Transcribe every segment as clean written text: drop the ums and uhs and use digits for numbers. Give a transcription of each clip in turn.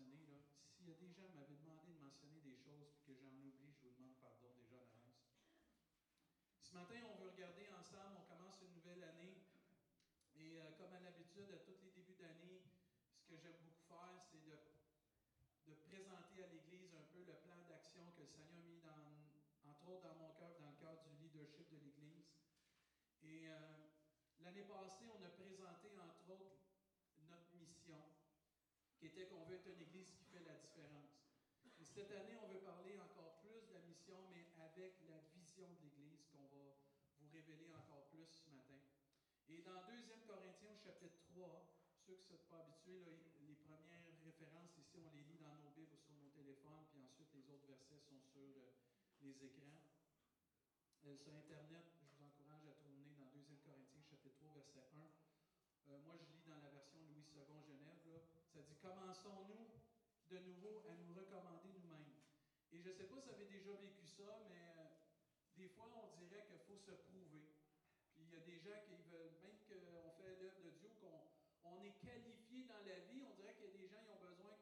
mentionner. S'il y a des gens qui m'avaient demandé de mentionner des choses et que j'en oublie, je vous demande pardon déjà en avance. Ce matin, on veut regarder ensemble, on commence une nouvelle année. Et comme à l'habitude, à tous les débuts d'année, ce que j'aime beaucoup faire, c'est de présenter à l'Église un peu le plan d'action que le Seigneur a mis, entre autres, dans mon cœur, dans le cadre du leadership de l'Église. Et l'année passée, on a présenté, entre autres, notre mission, qui était qu'on veut être une Église qui fait la différence. Et cette année, on veut parler encore plus de la mission, mais avec la vision de l'Église qu'on va vous révéler encore plus ce matin. Et dans 2 Corinthiens, au chapitre 3, ceux qui ne sont pas habitués, là, les premières références ici, on les lit dans nos Bibles ou sur nos téléphones, puis ensuite les autres versets sont sur les écrans. Sur Internet, je vous encourage à tourner dans 2 Corinthiens, chapitre 3, verset 1. Moi, je lis dans la version Louis II Genève. Là, ça dit « Commençons-nous de nouveau à nous recommander nous-mêmes. » Et je ne sais pas si vous avez déjà vécu ça, mais des fois, on dirait qu'il faut se prouver. Puis il y a des gens qui veulent, même qu'on fait l'œuvre de Dieu, qu'on est qualifié dans la vie, on dirait qu'il y a des gens qui ont besoin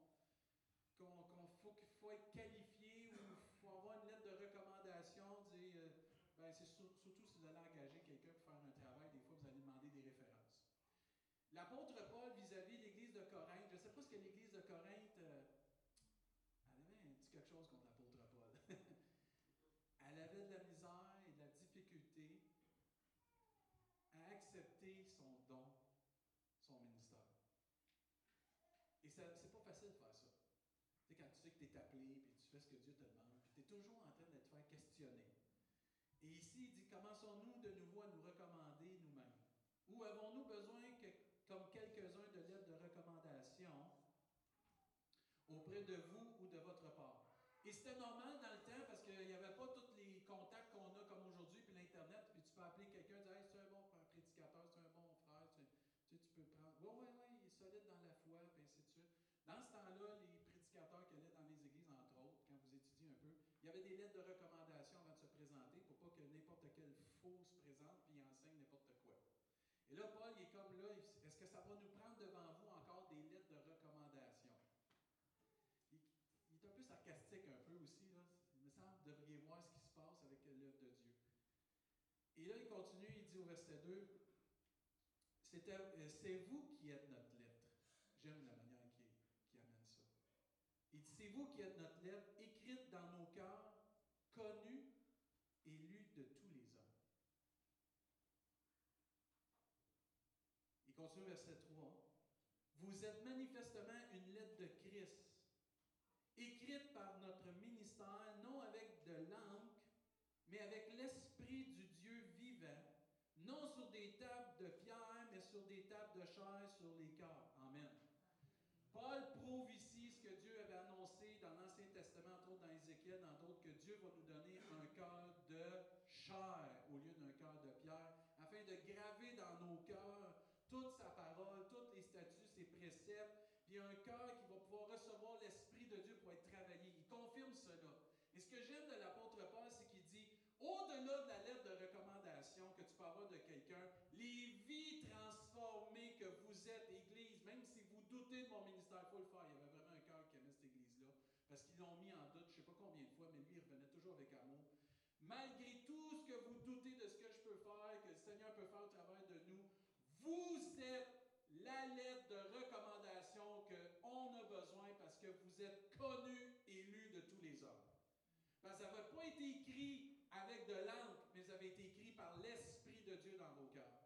qu'il faut être qualifié ou il faut avoir une lettre de recommandation, dire, c'est surtout si vous allez engager quelqu'un pour faire un travail, des fois vous allez demander des références. L'apôtre Paul vis-à-vis l'Église de Corinthe, je ne sais pas ce que l'Église de Corinthe, elle avait un petit quelque chose contre l'apôtre Paul. Elle avait de la misère et de la difficulté à accepter son don, son ministère. Et c'est pas facile de faire ça. Tu sais, quand tu sais que tu es appelé, puis tu fais ce que Dieu te demande, puis tu es toujours en train de te faire questionner. Et ici, il dit, commençons-nous de nouveau à nous recommander nous-mêmes. Ou avons-nous besoin, comme quelques-uns, de lettres de recommandation auprès de vous ou de votre part? Et c'était normal dans le temps parce qu'il n'y avait pas tous les contacts qu'on a comme aujourd'hui, puis l'Internet, puis tu peux appeler quelqu'un et dire hey, « c'est un bon prédicateur, c'est un bon frère, tu peux prendre... » Oui, il est solide dans la foi, puis ainsi de suite. Dans ce temps-là, les prédicateurs qui allaient dans les églises, entre autres, quand vous étudiez un peu, il y avait des lettres de recommandation avant de se présenter pour pas que n'importe quel faux se présente puis enseigne n'importe quoi. Et là, Paul, il est comme là, est-ce que ça va nous prendre devant vous encore des lettres de recommandation? Il est un peu sarcastique un peu aussi. Là. Il me semble que vous devriez voir ce qui se passe avec l'œuvre de Dieu. Et là, il continue, il dit au verset 2, « C'est vous qui êtes notre lettre. » J'aime la manière qu'il amène ça. Il dit, « C'est vous qui êtes notre lettre, écrite dans nos cœurs, connue et lue de tous les hommes. » Il continue au verset 3, « Vous êtes manifestement une lettre de Christ, écrite par notre ministère, non avec de l'encre, mais avec l'Esprit du Dieu vivant, non sur des tables de pierre, mais sur des tables de chair sur les cœurs. » Amen. Paul prouve ici ce que Dieu avait annoncé dans l'Ancien Testament, entre autres dans Ézéchiel, entre autres, que Dieu va nous donner un cœur de chair au lieu d'un cœur de pierre, afin de graver dans nos cœurs toute sa parole, tous les statuts, ses préceptes, puis un cœur qui va pouvoir recevoir l'Esprit de Dieu pour être travaillé. Il confirme cela. Et ce que j'aime de l'apôtre Paul, c'est qu'il dit, au-delà de la lettre de recommandation que tu peux avoir de quelqu'un, les vies transformées que vous êtes, Église, même si vous doutez de mon ministère, il faut le faire. Il y avait vraiment un cœur qui aimait cette Église-là, parce qu'ils l'ont mis en doute, je ne sais pas combien de fois, mais lui, il revenait toujours avec amour. Malgré tout ce que vous doutez de ce que je peux faire, que le Seigneur peut faire au travers de nous, vous êtes la lettre de recommandation qu'on a besoin parce que vous êtes connus et lus de tous les hommes. Parce que ça n'avait pas été écrit avec de l'encre, mais ça avait été écrit par l'Esprit de Dieu dans vos cœurs.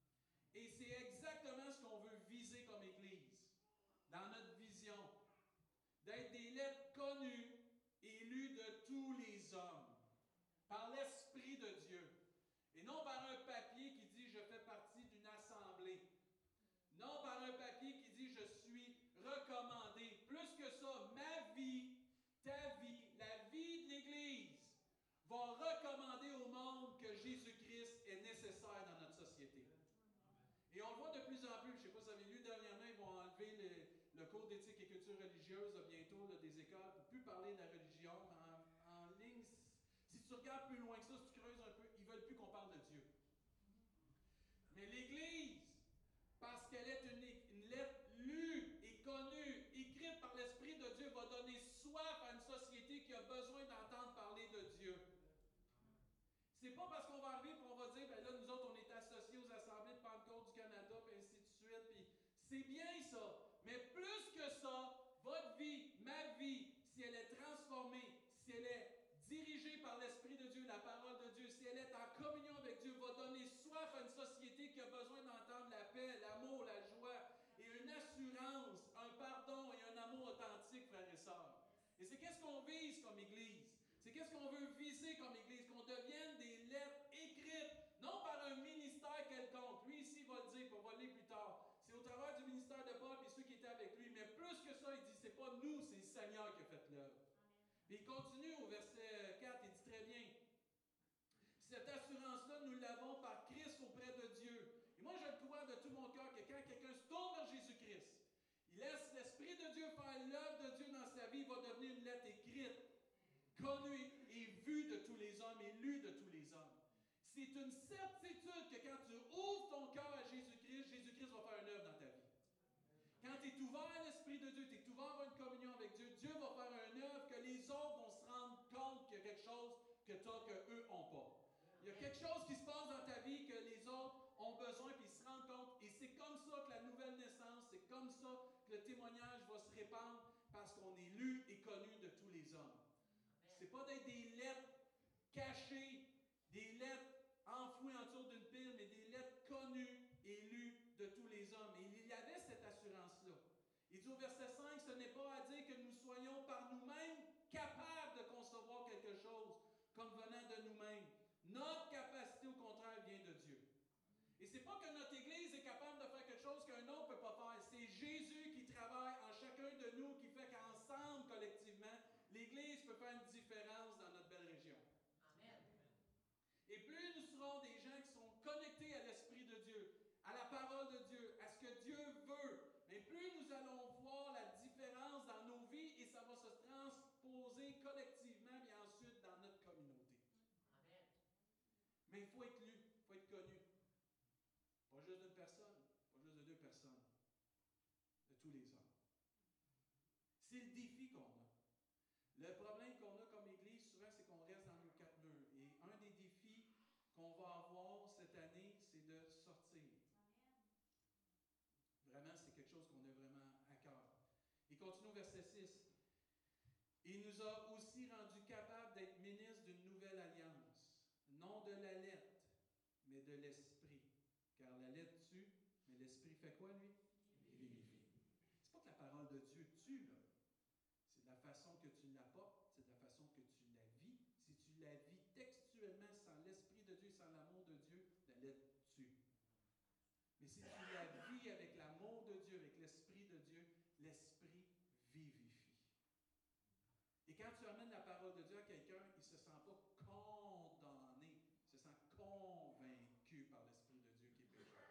Et c'est exactement ce qu'on veut viser comme Église, dans notre vision, d'être des lettres connues et lues de tous les hommes, par l'Esprit de Dieu. Et non par un papier qui dit « je fais partie d'une assemblée ». Non par un papier qui dit « je suis recommandé ». Plus que ça, ma vie, ta vie, la vie de l'Église va recommander au monde que Jésus-Christ est nécessaire dans notre société. Et on le voit de plus en plus. Je ne sais pas si vous avez lu dernièrement, ils vont enlever le cours d'éthique et culture religieuse bientôt des écoles pour ne plus parler de la religion. En ligne, si tu regardes plus loin que ça, si tu creuses un peu, ils ne veulent plus qu'on parle de Dieu. Mais l'Église, parce qu'elle est une lettre lue et connue, écrite par l'Esprit C'est bien ça. Mais plus que ça, votre vie, ma vie, si elle est transformée, si elle est dirigée par l'Esprit de Dieu, la parole de Dieu, si elle est en communion avec Dieu, va donner soif à une société qui a besoin d'entendre la paix, l'amour, la joie et une assurance, un pardon et un amour authentique, frères et sœurs. Et c'est qu'est-ce qu'on vise comme Église? C'est qu'est-ce qu'on veut viser comme Église? Qu'on devienne des lettres écrites, non par un ministère quelconque. Lui ici va le dire, puis on va le lire plus tard. C'est au travers du ministère de Paul et ceux qui étaient avec lui. Mais plus que ça, il dit, c'est pas nous, c'est le Seigneur qui a fait l'œuvre. Puis il continue au verset 4, il dit très bien, cette assurance-là, nous l'avons par Christ auprès de Dieu. Et moi, je le crois de tout mon cœur que quand quelqu'un se tourne vers Jésus-Christ, il laisse l'Esprit de Dieu faire l'œuvre de Dieu dans sa vie, il va devenir une lettre écrite, connue et vue de tous les hommes et lue de tous les hommes. C'est une certitude que quand tu ouvres ton cœur à Jésus-Christ, Jésus-Christ va faire une œuvre dans ta vie. Quand tu es ouvert à l'Esprit de Dieu, tu es ouvert à une communion avec Dieu, Dieu va faire une œuvre que les autres vont se rendre compte qu'il y a quelque chose que tu as qu'eux n'ont pas. Il y a quelque chose qui se passe dans ta vie que les autres ont besoin puis ils se rendent compte. Et c'est comme ça que la nouvelle naissance, c'est comme ça que le témoignage va se répandre parce qu'on est lu et connu de tous les hommes. Ce n'est pas d'être des lettres cachées, des lettres enfouies en dessous d'une pile, mais des lettres connues et lues de tous les hommes. Et il y avait cette assurance-là. Il dit au verset 5, ce n'est pas à dire que nous soyons par nous-mêmes capables de concevoir quelque chose comme venant de nous-mêmes. Notre capacité, au contraire, vient de Dieu. Et ce n'est pas que notre Église est capable de faire quelque chose qu'un autre ne peut pas faire. C'est Jésus qui travaille en chacun de nous, qui fait qu'ensemble, collectivement, l'Église peut faire une différence dans notre belle région. Amen. Et plus nous serons des gens qui sont connectés à l'Esprit de Dieu, à la parole de Dieu, à ce que Dieu veut, mais plus nous allons voir la différence dans nos vies et ça va se transposer collectivement et ensuite dans notre communauté. Amen. Mais il faut être lu, il faut être connu. Pas juste d'une personne, pas juste de deux personnes, de tous les hommes. C'est le défi qu'on a. Le problème qu'on a comme Église, souvent, c'est qu'on reste dans nos quatre murs. Et un des défis qu'on va avoir cette année, c'est de sortir. Vraiment, c'est quelque chose qu'on a vraiment à cœur. Il continue au verset 6. Il nous a aussi rendus capables d'être ministres d'une nouvelle alliance, non de la lettre, mais de l'esprit. Car la lettre tue, mais l'esprit fait quoi, lui? Il vivifie. C'est pas que la parole de Dieu tue, là. C'est de la façon que tu l'apportes, c'est de la façon que tu la vis. Si tu la vis textuellement sans l'Esprit de Dieu, sans l'amour de Dieu, la lettre tue. Mais si tu la vis avec l'amour de Dieu, avec l'Esprit de Dieu, l'Esprit vivifie. Et quand tu amènes la parole de Dieu à quelqu'un, il ne se sent pas condamné, il se sent convaincu par l'Esprit de Dieu qui est pécheur.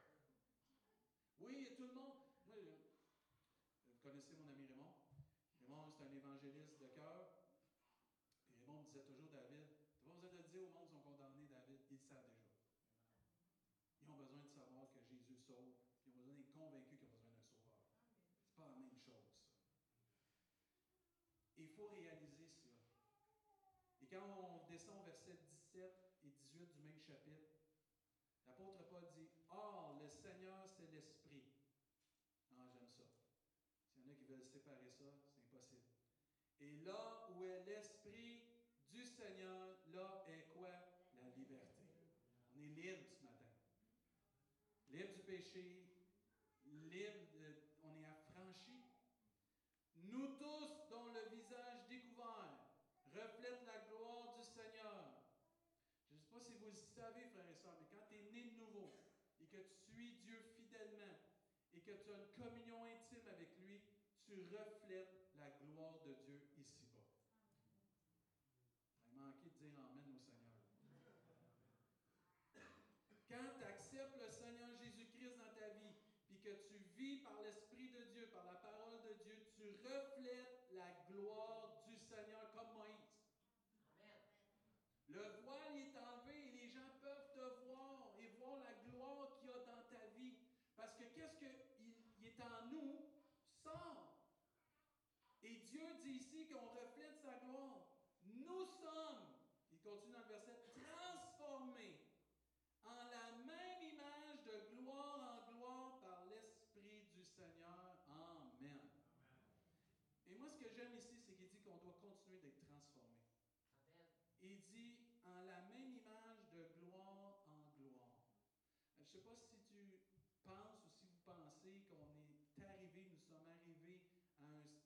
Oui, tout le monde. Moi, vous connaissez mon ami Raymond. Raymond, c'est un évangéliste de cœur. Et Raymond me disait toujours, David, tu n'as pas besoin de le dire au monde qu'ils sont condamnés, David. Ils le savent déjà. Ils ont besoin de savoir que Jésus sauve. Ils ont besoin d'être convaincus qu'ils ont besoin d'un sauveur. Ce n'est pas la même chose. Il faut réaliser cela. Et quand on descend au verset 17 et 18 du même chapitre, l'apôtre Paul dit, « Or, le Seigneur, c'est l'Esprit. » Ah, j'aime ça. S'il y en a qui veulent séparer ça, c'est impossible. Et là où est l'Esprit du Seigneur, là est quoi? La liberté. On est libre ce matin. Libre du péché, libre, on est affranchi. Nous tous, dont le visage découvert reflète la gloire du Seigneur. Je ne sais pas si vous le savez, frères et sœurs, mais quand tu es né de nouveau et que tu suis Dieu fidèlement et que tu as une communion intime avec lui, tu reflètes la gloire de Dieu ici-bas. Il manquait de dire Amen au Seigneur. Quand tu acceptes le Seigneur Jésus-Christ dans ta vie, puis que tu vis par l'Esprit de Dieu, par la parole de Dieu, tu reflètes la gloire du Seigneur comme Moïse. Amen. Le voile est enlevé et les gens peuvent te voir et voir la gloire qu'il y a dans ta vie. Parce que qu'est-ce qu'il est en nous sort. Et Dieu dit ici qu'on reflète sa gloire. Nous sommes, il continue dans le verset, transformés en la même image de gloire en gloire par l'Esprit du Seigneur.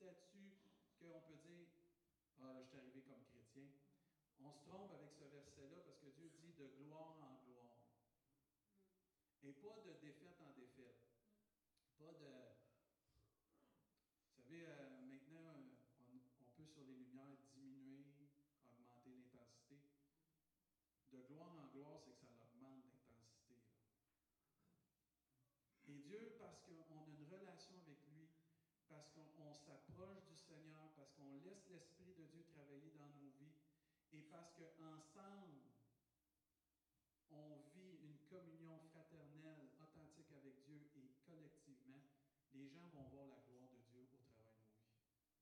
statut qu'on peut dire, ah là, je suis arrivé comme chrétien. On se trompe avec ce verset-là parce que Dieu dit de gloire en gloire. Et pas de défaite en défaite. Pas de... Vous savez, maintenant, on peut sur les lumières diminuer, augmenter l'intensité. De gloire en gloire, c'est que ça augmente l'intensité. Et Dieu, parce qu'on a une relation avec lui, parce qu'on s'approche du Seigneur, parce qu'on laisse l'Esprit de Dieu travailler dans nos vies, et parce qu'ensemble, on vit une communion fraternelle, authentique avec Dieu et collectivement, les gens vont voir la gloire de Dieu au travers de nos vies.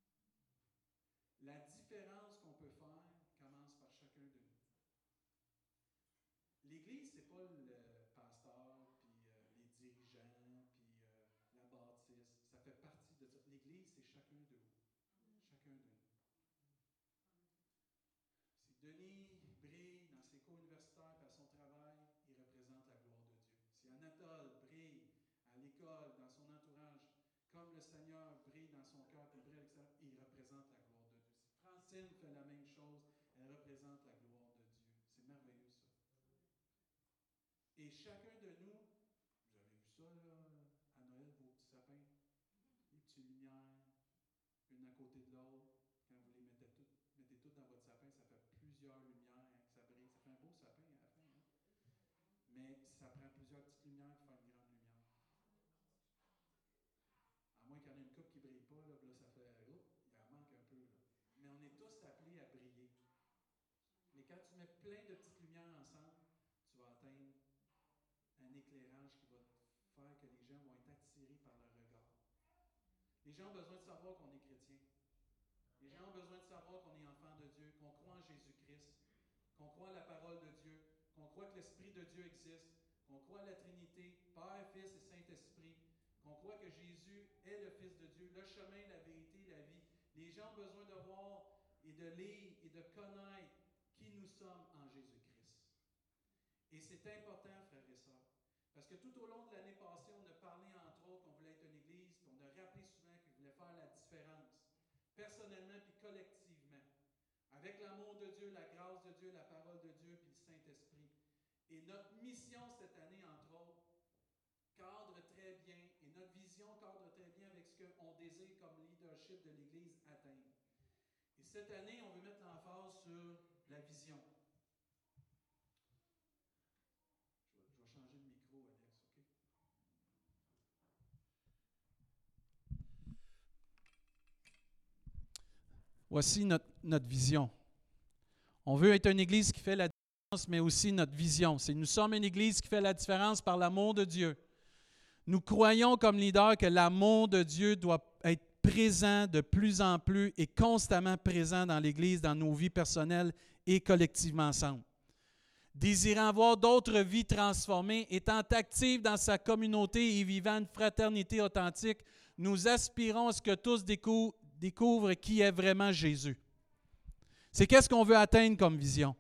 La différence qu'on peut faire commence par chacun de nous. L'Église, ce n'est pas le pasteur, puis les dirigeants, puis la bâtisse. Ça fait partie de ça. L'Église, c'est chacun de vous. Chacun de nous. Si Denis brille dans ses cours universitaires et à son travail, il représente la gloire de Dieu. Si Anatole brille à l'école, dans son entourage, comme le Seigneur brille dans son cœur, puis brille à l'extérieur, il représente la gloire de Dieu. Si Francine fait la même chose, elle représente la gloire de Dieu. C'est merveilleux, ça. Et chacun de nous, vous avez vu ça là, à Noël, vos petits sapins, les petites lumières, une à côté de l'autre, quand vous les mettez toutes dans votre sapin, ça fait plusieurs lumières, hein, ça brille, ça fait un beau sapin à la fin. Hein? Mais ça prend plusieurs petites lumières pour faire une grande lumière. À moins qu'il y en ait une coupe qui ne brille pas, là ça fait, il en manque un peu. Là. Mais on est tous appelés à briller. Mais quand tu mets plein de petites lumières ensemble, tu vas atteindre un éclairage qui va faire que les gens vont être attirés par le regard. Les gens ont besoin de savoir qu'on est chrétien. Les gens ont besoin de savoir qu'on est enfant de Dieu, qu'on croit en Jésus-Christ, qu'on croit à la parole de Dieu, qu'on croit que l'Esprit de Dieu existe, qu'on croit à la Trinité, Père, Fils et Saint-Esprit, qu'on croit que Jésus est le Fils de Dieu, le chemin, la vérité, la vie. Les gens ont besoin de voir et de lire et de connaître qui nous sommes en Jésus-Christ. Et c'est important, frères et sœurs, parce que tout au long de l'année passée, on a parlé entre autres qu'on voulait être une église, puis on a rappelé souvent qu'on voulait faire la différence, personnellement puis collectivement, avec l'amour de Dieu, la grâce de Dieu, la parole de Dieu, puis le Saint-Esprit. Et notre mission cette année, entre autres, cadre très bien, et notre vision cadre très bien avec ce qu'on désire comme leadership de l'Église atteindre. Et cette année, on veut mettre l'emphase sur la vision. Je vais changer de micro, Alex, OK? Voici notre vision. On veut être une Église qui fait la différence, mais aussi notre vision. Nous sommes une Église qui fait la différence par l'amour de Dieu. Nous croyons comme leader que l'amour de Dieu doit être présent de plus en plus et constamment présent dans l'Église, dans nos vies personnelles et collectivement ensemble. Désirant voir d'autres vies transformées, étant actifs dans sa communauté et vivant une fraternité authentique, nous aspirons à ce que tous découvrent qui est vraiment Jésus. C'est qu'est-ce qu'on veut atteindre comme vision.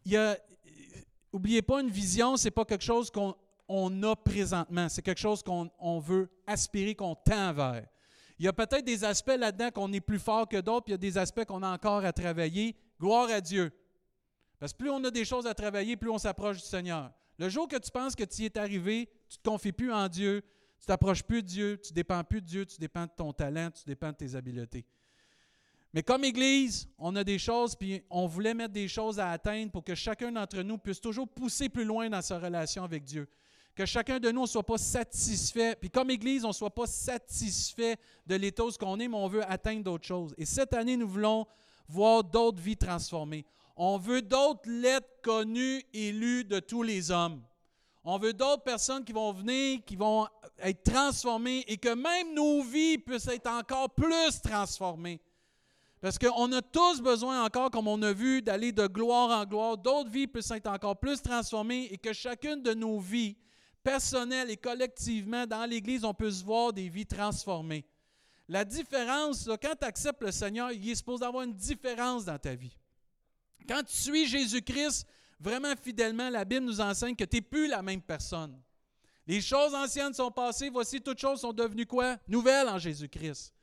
N'oubliez pas, une vision, ce n'est pas quelque chose qu'on a présentement. C'est quelque chose qu'on veut aspirer, qu'on tend vers. Il y a peut-être des aspects là-dedans qu'on est plus fort que d'autres, puis il y a des aspects qu'on a encore à travailler. Gloire à Dieu. Parce que plus on a des choses à travailler, plus on s'approche du Seigneur. Le jour que tu penses que tu y es arrivé, tu ne te confies plus en Dieu, tu ne t'approches plus de Dieu, tu ne dépends plus de Dieu, tu dépends de ton talent, tu dépends de tes habiletés. Mais comme Église, on a des choses, puis on voulait mettre des choses à atteindre pour que chacun d'entre nous puisse toujours pousser plus loin dans sa relation avec Dieu. Que chacun de nous ne soit pas satisfait, puis comme Église, on ne soit pas satisfait de l'état où on est, mais on veut atteindre d'autres choses. Et cette année, nous voulons voir d'autres vies transformées. On veut d'autres lettres connues et lues de tous les hommes. On veut d'autres personnes qui vont venir, qui vont être transformées et que même nos vies puissent être encore plus transformées. Parce qu'on a tous besoin encore, comme on a vu, d'aller de gloire en gloire. D'autres vies puissent être encore plus transformées et que chacune de nos vies, personnelles et collectivement, dans l'Église, on puisse voir des vies transformées. La différence, là, quand tu acceptes le Seigneur, il est supposé avoir une différence dans ta vie. Quand tu suis Jésus-Christ, vraiment fidèlement, la Bible nous enseigne que tu n'es plus la même personne. Les choses anciennes sont passées, voici toutes choses sont devenues quoi? Nouvelles en Jésus-Christ.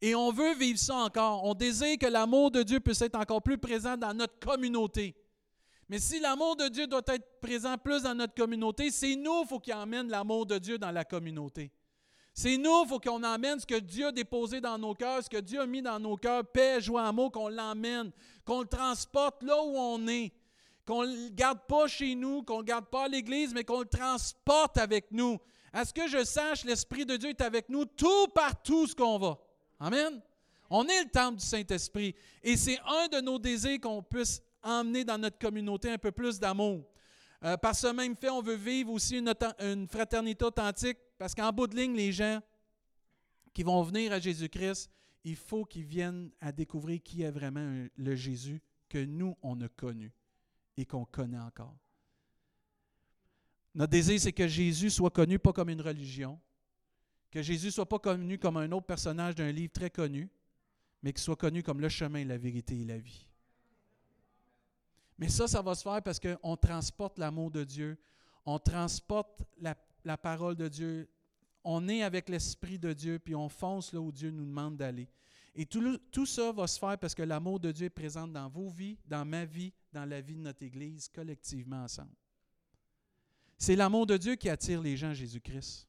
Et on veut vivre ça encore. On désire que l'amour de Dieu puisse être encore plus présent dans notre communauté. Mais si l'amour de Dieu doit être présent plus dans notre communauté, c'est nous, il faut qu'il emmène l'amour de Dieu dans la communauté. C'est nous, il faut qu'on emmène ce que Dieu a déposé dans nos cœurs, ce que Dieu a mis dans nos cœurs, paix, joie, amour, qu'on l'emmène, qu'on le transporte là où on est, qu'on ne le garde pas chez nous, qu'on ne le garde pas à l'Église, mais qu'on le transporte avec nous. À ce que je sache, l'Esprit de Dieu est avec nous tout partout ce qu'on va. Amen. On est le temple du Saint-Esprit. Et c'est un de nos désirs qu'on puisse emmener dans notre communauté un peu plus d'amour. Par ce même fait, on veut vivre aussi une fraternité authentique, parce qu'en bout de ligne, les gens qui vont venir à Jésus-Christ, il faut qu'ils viennent à découvrir qui est vraiment le Jésus que nous, on a connu et qu'on connaît encore. Notre désir, c'est que Jésus soit connu pas comme une religion, que Jésus ne soit pas connu comme un autre personnage d'un livre très connu, mais qu'il soit connu comme le chemin, la vérité et la vie. Mais ça va se faire parce qu'on transporte l'amour de Dieu, on transporte la parole de Dieu, on est avec l'Esprit de Dieu, puis on fonce là où Dieu nous demande d'aller. Et tout ça va se faire parce que l'amour de Dieu est présent dans vos vies, dans ma vie, dans la vie de notre Église, collectivement ensemble. C'est l'amour de Dieu qui attire les gens à Jésus-Christ.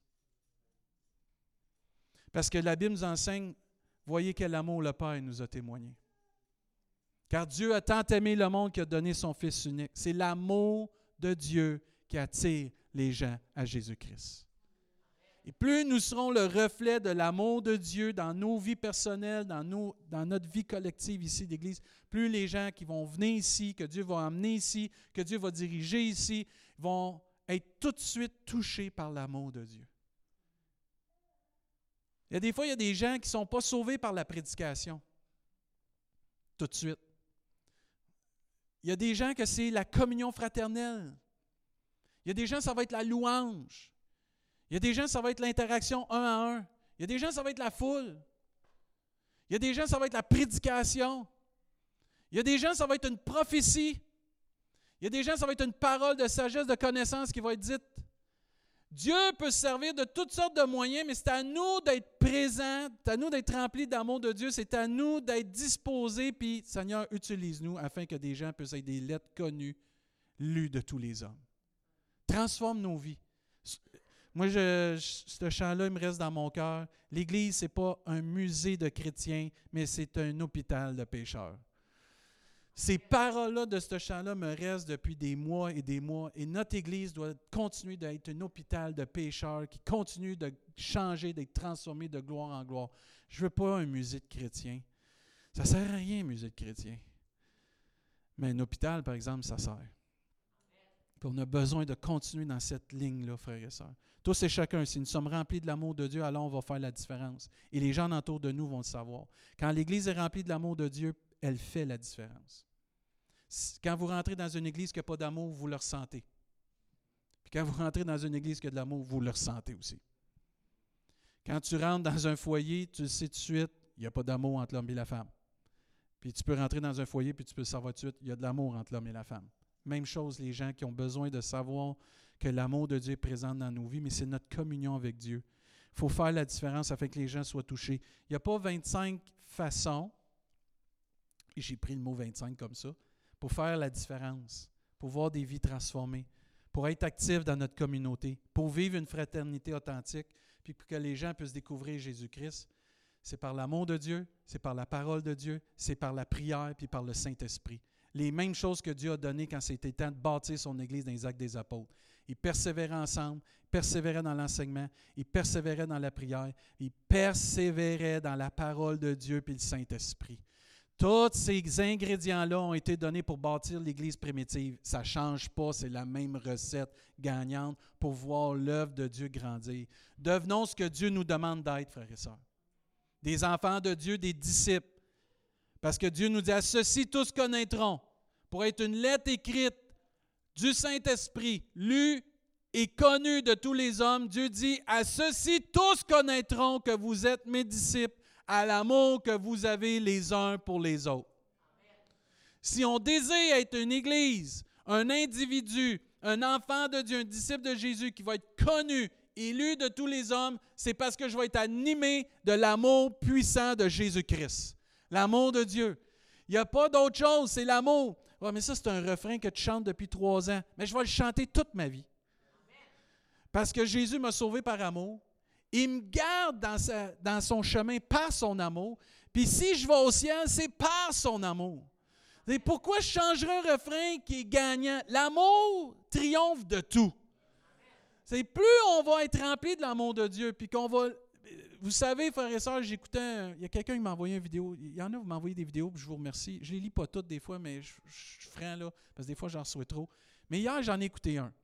Parce que la Bible nous enseigne, voyez quel amour le Père nous a témoigné. Car Dieu a tant aimé le monde qu'il a donné son Fils unique. C'est l'amour de Dieu qui attire les gens à Jésus-Christ. Et plus nous serons le reflet de l'amour de Dieu dans nos vies personnelles, dans notre vie collective ici d'Église, plus les gens qui vont venir ici, que Dieu va emmener ici, que Dieu va diriger ici, vont être tout de suite touchés par l'amour de Dieu. Il y a des fois, il y a des gens qui ne sont pas sauvés par la prédication. Tout de suite. Il y a des gens que c'est la communion fraternelle. Il y a des gens, ça va être la louange. Il y a des gens, ça va être l'interaction un à un. Il y a des gens, ça va être la foule. Il y a des gens, ça va être la prédication. Il y a des gens, ça va être une prophétie. Il y a des gens, ça va être une parole de sagesse, de connaissance qui va être dite. Dieu peut se servir de toutes sortes de moyens, mais c'est à nous d'être présents, c'est à nous d'être remplis d'amour de Dieu, c'est à nous d'être disposés, puis Seigneur, utilise-nous afin que des gens puissent être des lettres connues, lues de tous les hommes. Transforme nos vies. Moi, ce chant-là, il me reste dans mon cœur. L'Église, ce n'est pas un musée de chrétiens, mais c'est un hôpital de pécheurs. Ces paroles-là de ce chant-là me restent depuis des mois. Et notre Église doit continuer d'être un hôpital de pécheurs qui continue de changer, d'être transformé de gloire en gloire. Je ne veux pas un musée de chrétiens. Ça ne sert à rien, un musée de chrétiens. Mais un hôpital, par exemple, ça sert. Puis on a besoin de continuer dans cette ligne-là, frères et sœurs. Tous et chacun, si nous sommes remplis de l'amour de Dieu, alors on va faire la différence. Et les gens autour de nous vont le savoir. Quand l'Église est remplie de l'amour de Dieu, elle fait la différence. Quand vous rentrez dans une église qui n'a pas d'amour, vous le ressentez. Puis quand vous rentrez dans une église qui a de l'amour, vous le ressentez aussi. Quand tu rentres dans un foyer, tu le sais tout de suite, il n'y a pas d'amour entre l'homme et la femme. Puis tu peux rentrer dans un foyer, puis tu peux le savoir tout de suite, il y a de l'amour entre l'homme et la femme. Même chose, les gens qui ont besoin de savoir que l'amour de Dieu est présent dans nos vies, mais c'est notre communion avec Dieu. Il faut faire la différence afin que les gens soient touchés. Il n'y a pas 25 façons, et j'ai pris le mot 25 comme ça, pour faire la différence, pour voir des vies transformées, pour être actifs dans notre communauté, pour vivre une fraternité authentique, puis pour que les gens puissent découvrir Jésus-Christ. C'est par l'amour de Dieu, c'est par la parole de Dieu, c'est par la prière, puis par le Saint-Esprit. Les mêmes choses que Dieu a données quand c'était temps de bâtir son Église dans les Actes des Apôtres. Ils persévéraient ensemble, persévéraient dans l'enseignement, ils persévéraient dans la prière, ils persévéraient dans la parole de Dieu puis le Saint-Esprit. Tous ces ingrédients-là ont été donnés pour bâtir l'Église primitive. Ça ne change pas, c'est la même recette gagnante pour voir l'œuvre de Dieu grandir. Devenons ce que Dieu nous demande d'être, frères et sœurs. Des enfants de Dieu, des disciples. Parce que Dieu nous dit, à ceux-ci tous connaîtront, pour être une lettre écrite du Saint-Esprit, lue et connue de tous les hommes, Dieu dit, à ceux-ci tous connaîtront que vous êtes mes disciples, à l'amour que vous avez les uns pour les autres. Si on désire être une Église, un individu, un enfant de Dieu, un disciple de Jésus qui va être connu, élu de tous les hommes, c'est parce que je vais être animé de l'amour puissant de Jésus-Christ. L'amour de Dieu. Il n'y a pas d'autre chose, c'est l'amour. Ouais, mais ça, c'est un refrain que tu chantes depuis 3 ans. Mais je vais le chanter toute ma vie. Parce que Jésus m'a sauvé par amour. Il me garde dans son chemin par son amour. Puis si je vais au ciel, c'est par son amour. Et pourquoi je changerais un refrain qui est gagnant? L'amour triomphe de tout. C'est plus on va être rempli de l'amour de Dieu, puis qu'on va... Vous savez, frères et sœurs, j'écoutais... Il y a quelqu'un qui m'a envoyé une vidéo. Il y en a qui m'ont envoyé des vidéos, puis je vous remercie. Je ne les lis pas toutes des fois, mais je suis franc là, parce que des fois, j'en reçois trop. Mais hier, j'en ai écouté un.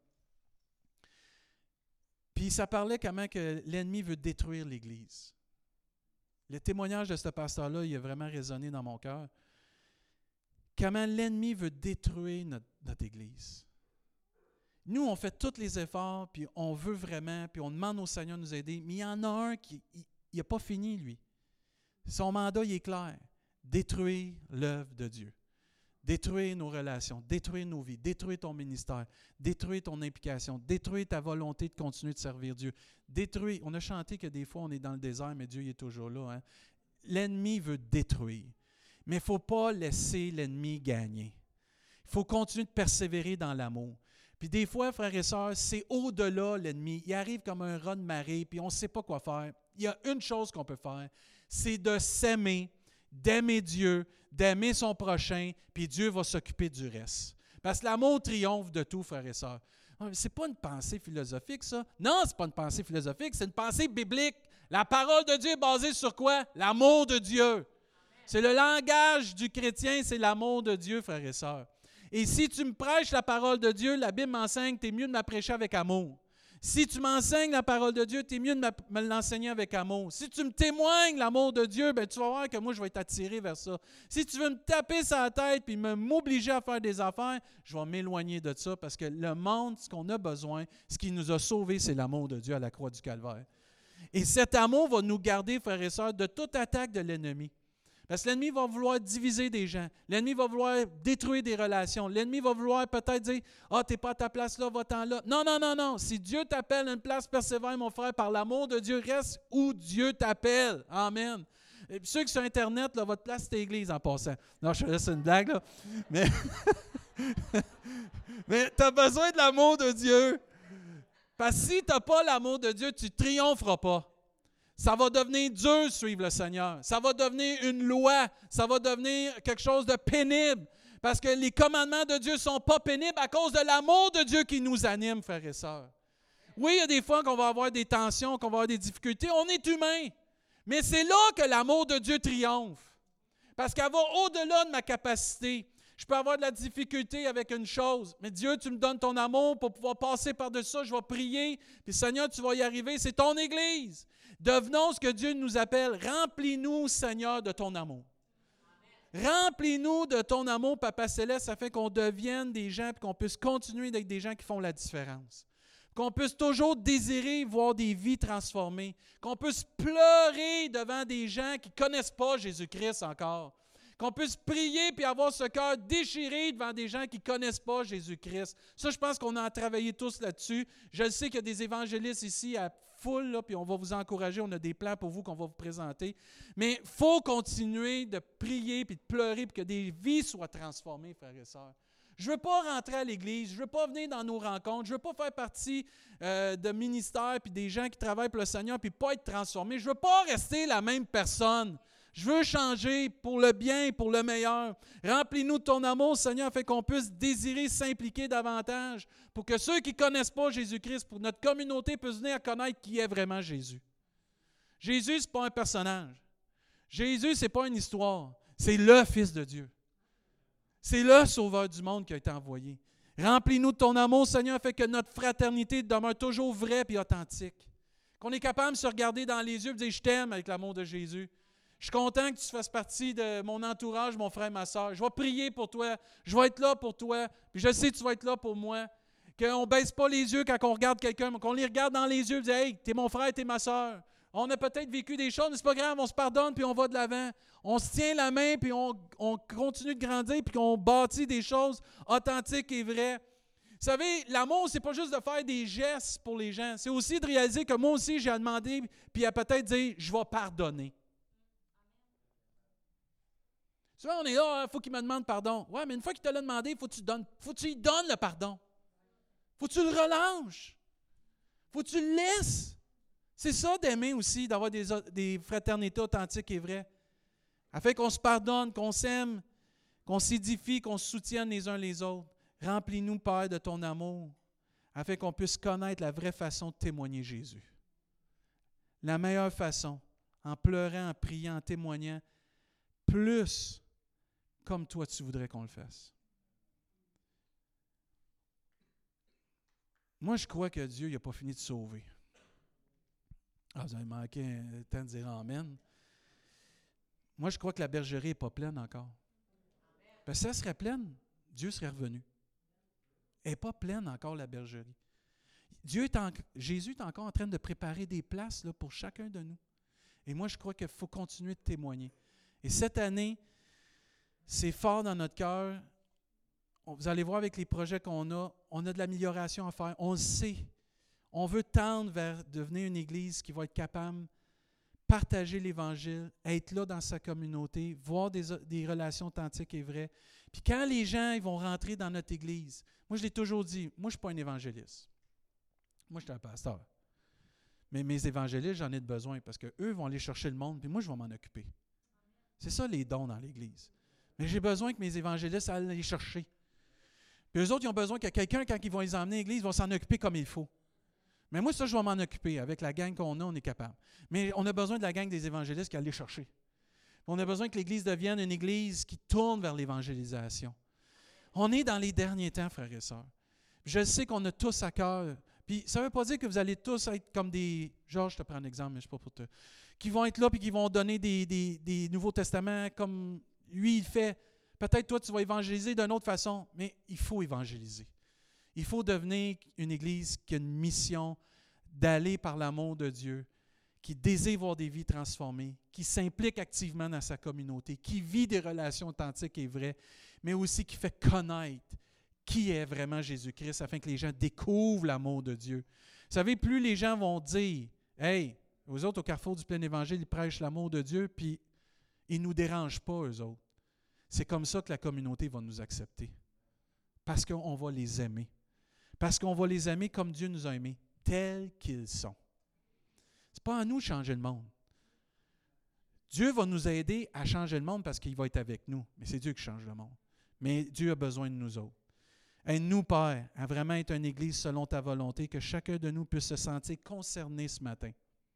Puis ça parlait comment que l'ennemi veut détruire l'Église. Le témoignage de ce pasteur-là, il a vraiment résonné dans mon cœur. Comment l'ennemi veut détruire notre Église. Nous, on fait tous les efforts, puis on veut vraiment, puis on demande au Seigneur de nous aider, mais il y en a un qui n'a pas fini, lui. Son mandat, il est clair. Détruire l'œuvre de Dieu. Détruire nos relations, détruire nos vies, détruire ton ministère, détruire ton implication, détruire ta volonté de continuer de servir Dieu. Détruire. On a chanté que des fois, on est dans le désert, mais Dieu il est toujours là. Hein? L'ennemi veut détruire. Mais il ne faut pas laisser l'ennemi gagner. Il faut continuer de persévérer dans l'amour. Puis des fois, frères et sœurs, c'est au-delà l'ennemi. Il arrive comme un raz de marée, puis on ne sait pas quoi faire. Il y a une chose qu'on peut faire, c'est de s'aimer, d'aimer Dieu, d'aimer son prochain, puis Dieu va s'occuper du reste. Parce que l'amour triomphe de tout, frères et sœurs. Ce n'est pas une pensée philosophique, ça. Non, ce n'est pas une pensée philosophique, c'est une pensée biblique. La parole de Dieu est basée sur quoi? L'amour de Dieu. C'est le langage du chrétien, c'est l'amour de Dieu, frères et sœurs. Et si tu me prêches la parole de Dieu, la Bible m'enseigne, tu es mieux de me prêcher avec amour. Si tu m'enseignes la parole de Dieu, tu es mieux de me l'enseigner avec amour. Si tu me témoignes l'amour de Dieu, bien, tu vas voir que moi, je vais être attiré vers ça. Si tu veux me taper sur la tête et m'obliger à faire des affaires, je vais m'éloigner de ça parce que le monde, ce qu'on a besoin, ce qui nous a sauvés, c'est l'amour de Dieu à la croix du Calvaire. Et cet amour va nous garder, frères et sœurs, de toute attaque de l'ennemi. Parce que l'ennemi va vouloir diviser des gens. L'ennemi va vouloir détruire des relations. L'ennemi va vouloir peut-être dire « Ah, tu n'es pas à ta place là, va-t'en là. » Non, non, non, non. Si Dieu t'appelle à une place, persévère, mon frère, par l'amour de Dieu, reste où Dieu t'appelle. Amen. Et puis ceux qui sont sur Internet, là, votre place, c'est l'Église en passant. Non, je te laisse une blague, là. Mais tu as besoin de l'amour de Dieu. Parce que si tu n'as pas l'amour de Dieu, tu ne triompheras pas. Ça va devenir dur de suivre le Seigneur. Ça va devenir une loi. Ça va devenir quelque chose de pénible. Parce que les commandements de Dieu ne sont pas pénibles à cause de l'amour de Dieu qui nous anime, frères et sœurs. Oui, il y a des fois qu'on va avoir des tensions, qu'on va avoir des difficultés. On est humain. Mais c'est là que l'amour de Dieu triomphe. Parce qu'elle va au-delà de ma capacité. Je peux avoir de la difficulté avec une chose, mais Dieu, tu me donnes ton amour pour pouvoir passer par-dessus ça. Je vais prier, puis Seigneur, tu vas y arriver. C'est ton Église. Devenons ce que Dieu nous appelle. Remplis-nous, Seigneur, de ton amour. Remplis-nous de ton amour, Papa Céleste, afin qu'on devienne des gens et qu'on puisse continuer d'être des gens qui font la différence. Qu'on puisse toujours désirer voir des vies transformées. Qu'on puisse pleurer devant des gens qui ne connaissent pas Jésus-Christ encore. Qu'on puisse prier puis avoir ce cœur déchiré devant des gens qui ne connaissent pas Jésus-Christ. Ça, je pense qu'on a travaillé tous là-dessus. Je sais qu'il y a des évangélistes ici à foule, là, puis on va vous encourager. On a des plans pour vous qu'on va vous présenter. Mais il faut continuer de prier puis de pleurer pour que des vies soient transformées, frères et sœurs. Je ne veux pas rentrer à l'Église, je ne veux pas venir dans nos rencontres, je ne veux pas faire partie de ministères puis des gens qui travaillent pour le Seigneur puis pas être transformés. Je ne veux pas rester la même personne. Je veux changer pour le bien, pour le meilleur. Remplis-nous de ton amour, Seigneur, afin qu'on puisse désirer s'impliquer davantage pour que ceux qui ne connaissent pas Jésus-Christ, pour notre communauté, puissent venir à connaître qui est vraiment Jésus. Jésus, ce n'est pas un personnage. Jésus, ce n'est pas une histoire. C'est le Fils de Dieu. C'est le Sauveur du monde qui a été envoyé. Remplis-nous de ton amour, Seigneur, afin que notre fraternité demeure toujours vraie et authentique. Qu'on est capable de se regarder dans les yeux et de dire « Je t'aime » avec l'amour de Jésus. Je suis content que tu fasses partie de mon entourage, mon frère, ma soeur. Je vais prier pour toi. Je vais être là pour toi. Puis je sais que tu vas être là pour moi. Qu'on ne baisse pas les yeux quand on regarde quelqu'un, mais qu'on les regarde dans les yeux et dit « Hey, t'es mon frère, t'es ma soeur. » On a peut-être vécu des choses, mais c'est pas grave, on se pardonne puis on va de l'avant. On se tient la main puis on continue de grandir puis qu'on bâtit des choses authentiques et vraies. Vous savez, l'amour, c'est pas juste de faire des gestes pour les gens. C'est aussi de réaliser que moi aussi, j'ai à demander, puis à peut-être dire, je vais pardonner. Souvent, on est là, il faut qu'il me demande pardon. Oui, mais une fois qu'il te l'a demandé, il faut que tu lui donnes le pardon. Il faut que tu le relâches. Il faut que tu le laisses. C'est ça d'aimer aussi, d'avoir des fraternités authentiques et vraies. Afin qu'on se pardonne, qu'on s'aime, qu'on s'édifie, qu'on se soutienne les uns les autres. Remplis-nous, Père, de ton amour, afin qu'on puisse connaître la vraie façon de témoigner Jésus. La meilleure façon, en pleurant, en priant, en témoignant, plus comme toi tu voudrais qu'on le fasse. Moi, je crois que Dieu n'a pas fini de sauver. Ah, vous avez manqué le temps de dire Amen. Moi, je crois que la bergerie n'est pas pleine encore. Parce que si elle serait pleine, Dieu serait revenu. Elle n'est pas pleine encore, la bergerie. Jésus est encore en train de préparer des places là, pour chacun de nous. Et moi, je crois qu'il faut continuer de témoigner. Et cette année, c'est fort dans notre cœur. Vous allez voir avec les projets qu'on a, on a de l'amélioration à faire. On le sait. On veut tendre vers devenir une Église qui va être capable de partager l'Évangile, être là dans sa communauté, voir des relations authentiques et vraies. Puis quand les gens ils vont rentrer dans notre Église, moi je l'ai toujours dit, moi je ne suis pas un évangéliste. Moi je suis un pasteur. Mais mes évangélistes, j'en ai besoin parce qu'eux vont aller chercher le monde, puis moi je vais m'en occuper. C'est ça les dons dans l'Église. Mais j'ai besoin que mes évangélistes aillent les chercher. Puis eux autres, ils ont besoin que quelqu'un, quand ils vont les emmener à l'Église, va s'en occuper comme il faut. Mais moi, ça, je vais m'en occuper. Avec la gang qu'on a, on est capable. Mais on a besoin de la gang des évangélistes qui aillent les chercher. On a besoin que l'Église devienne une Église qui tourne vers l'évangélisation. On est dans les derniers temps, frères et sœurs. Je sais qu'on a tous à cœur. Puis ça ne veut pas dire que vous allez tous être comme des... Georges, je te prends un exemple, mais je ne sais pas pour te... Qui vont être là et qui vont donner des Nouveaux Testaments comme lui, il fait. Peut-être toi, tu vas évangéliser d'une autre façon, mais il faut évangéliser. Il faut devenir une Église qui a une mission d'aller par l'amour de Dieu, qui désire voir des vies transformées, qui s'implique activement dans sa communauté, qui vit des relations authentiques et vraies, mais aussi qui fait connaître qui est vraiment Jésus-Christ afin que les gens découvrent l'amour de Dieu. Vous savez, plus les gens vont dire « Hey, eux autres au carrefour du plein évangile, ils prêchent l'amour de Dieu, puis ils ne nous dérangent pas, eux autres. » C'est comme ça que la communauté va nous accepter. Parce qu'on va les aimer. Parce qu'on va les aimer comme Dieu nous a aimés, tels qu'ils sont. Ce n'est pas à nous de changer le monde. Dieu va nous aider à changer le monde parce qu'il va être avec nous. Mais c'est Dieu qui change le monde. Mais Dieu a besoin de nous autres. Aide-nous, Père, à vraiment être une Église selon ta volonté, que chacun de nous puisse se sentir concerné ce matin.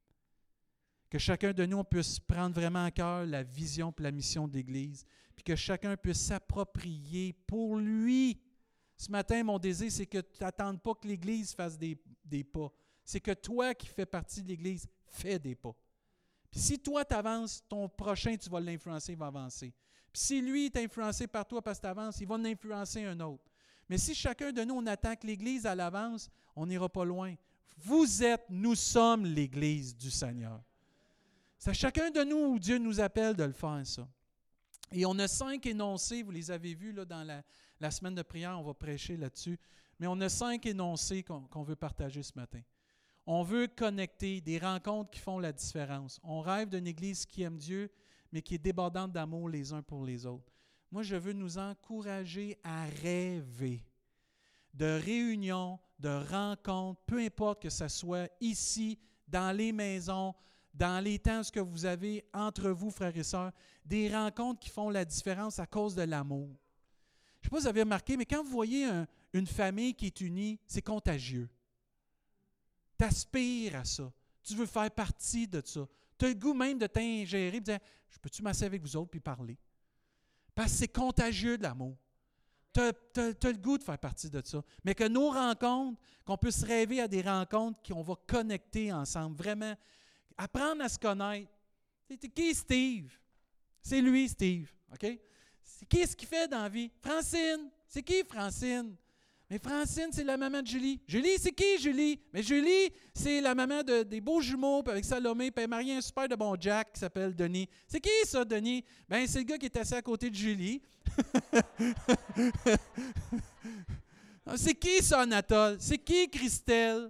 Que chacun de nous puisse prendre vraiment à cœur la vision et la mission de l'Église, puis que chacun puisse s'approprier pour lui. Ce matin, mon désir, c'est que tu n'attendes pas que l'Église fasse des pas. C'est que toi qui fais partie de l'Église, fais des pas. Puis si toi, tu avances, ton prochain, tu vas l'influencer, il va avancer. Puis si lui est influencé par toi parce que tu avances, il va en influencer un autre. Mais si chacun de nous, on attend que l'Église, elle avance, on n'ira pas loin. Nous sommes l'Église du Seigneur. C'est à chacun de nous où Dieu nous appelle de le faire, ça. Et on a 5 énoncés, vous les avez vus là, dans la semaine de prière, on va prêcher là-dessus, mais on a 5 énoncés qu'on veut partager ce matin. On veut connecter des rencontres qui font la différence. On rêve d'une Église qui aime Dieu, mais qui est débordante d'amour les uns pour les autres. Moi, je veux nous encourager à rêver de réunions, de rencontres, peu importe que ce soit ici, dans les maisons, dans les temps que vous avez entre vous, frères et sœurs, des rencontres qui font la différence à cause de l'amour. Je ne sais pas si vous avez remarqué, mais quand vous voyez une famille qui est unie, c'est contagieux. Tu aspires à ça. Tu veux faire partie de ça. Tu as le goût même de t'ingérer et de dire « Je peux-tu m'asseoir avec vous autres puis parler? » Parce que c'est contagieux de l'amour. Tu as le goût de faire partie de ça. Mais que nos rencontres, qu'on puisse rêver à des rencontres qu'on va connecter ensemble, vraiment apprendre à se connaître. C'est qui Steve? C'est lui, Steve. OK? Qu'est-ce qu'il fait dans la vie? Francine. C'est qui Francine? Mais Francine, c'est la maman de Julie. Julie, c'est qui Julie? Mais Julie, c'est la maman des beaux jumeaux avec Salomé, puis elle a marié un super de bon Jack qui s'appelle Denis. C'est qui ça, Denis? Ben, c'est le gars qui est assis à côté de Julie. C'est qui ça, Anatole? C'est qui Christelle?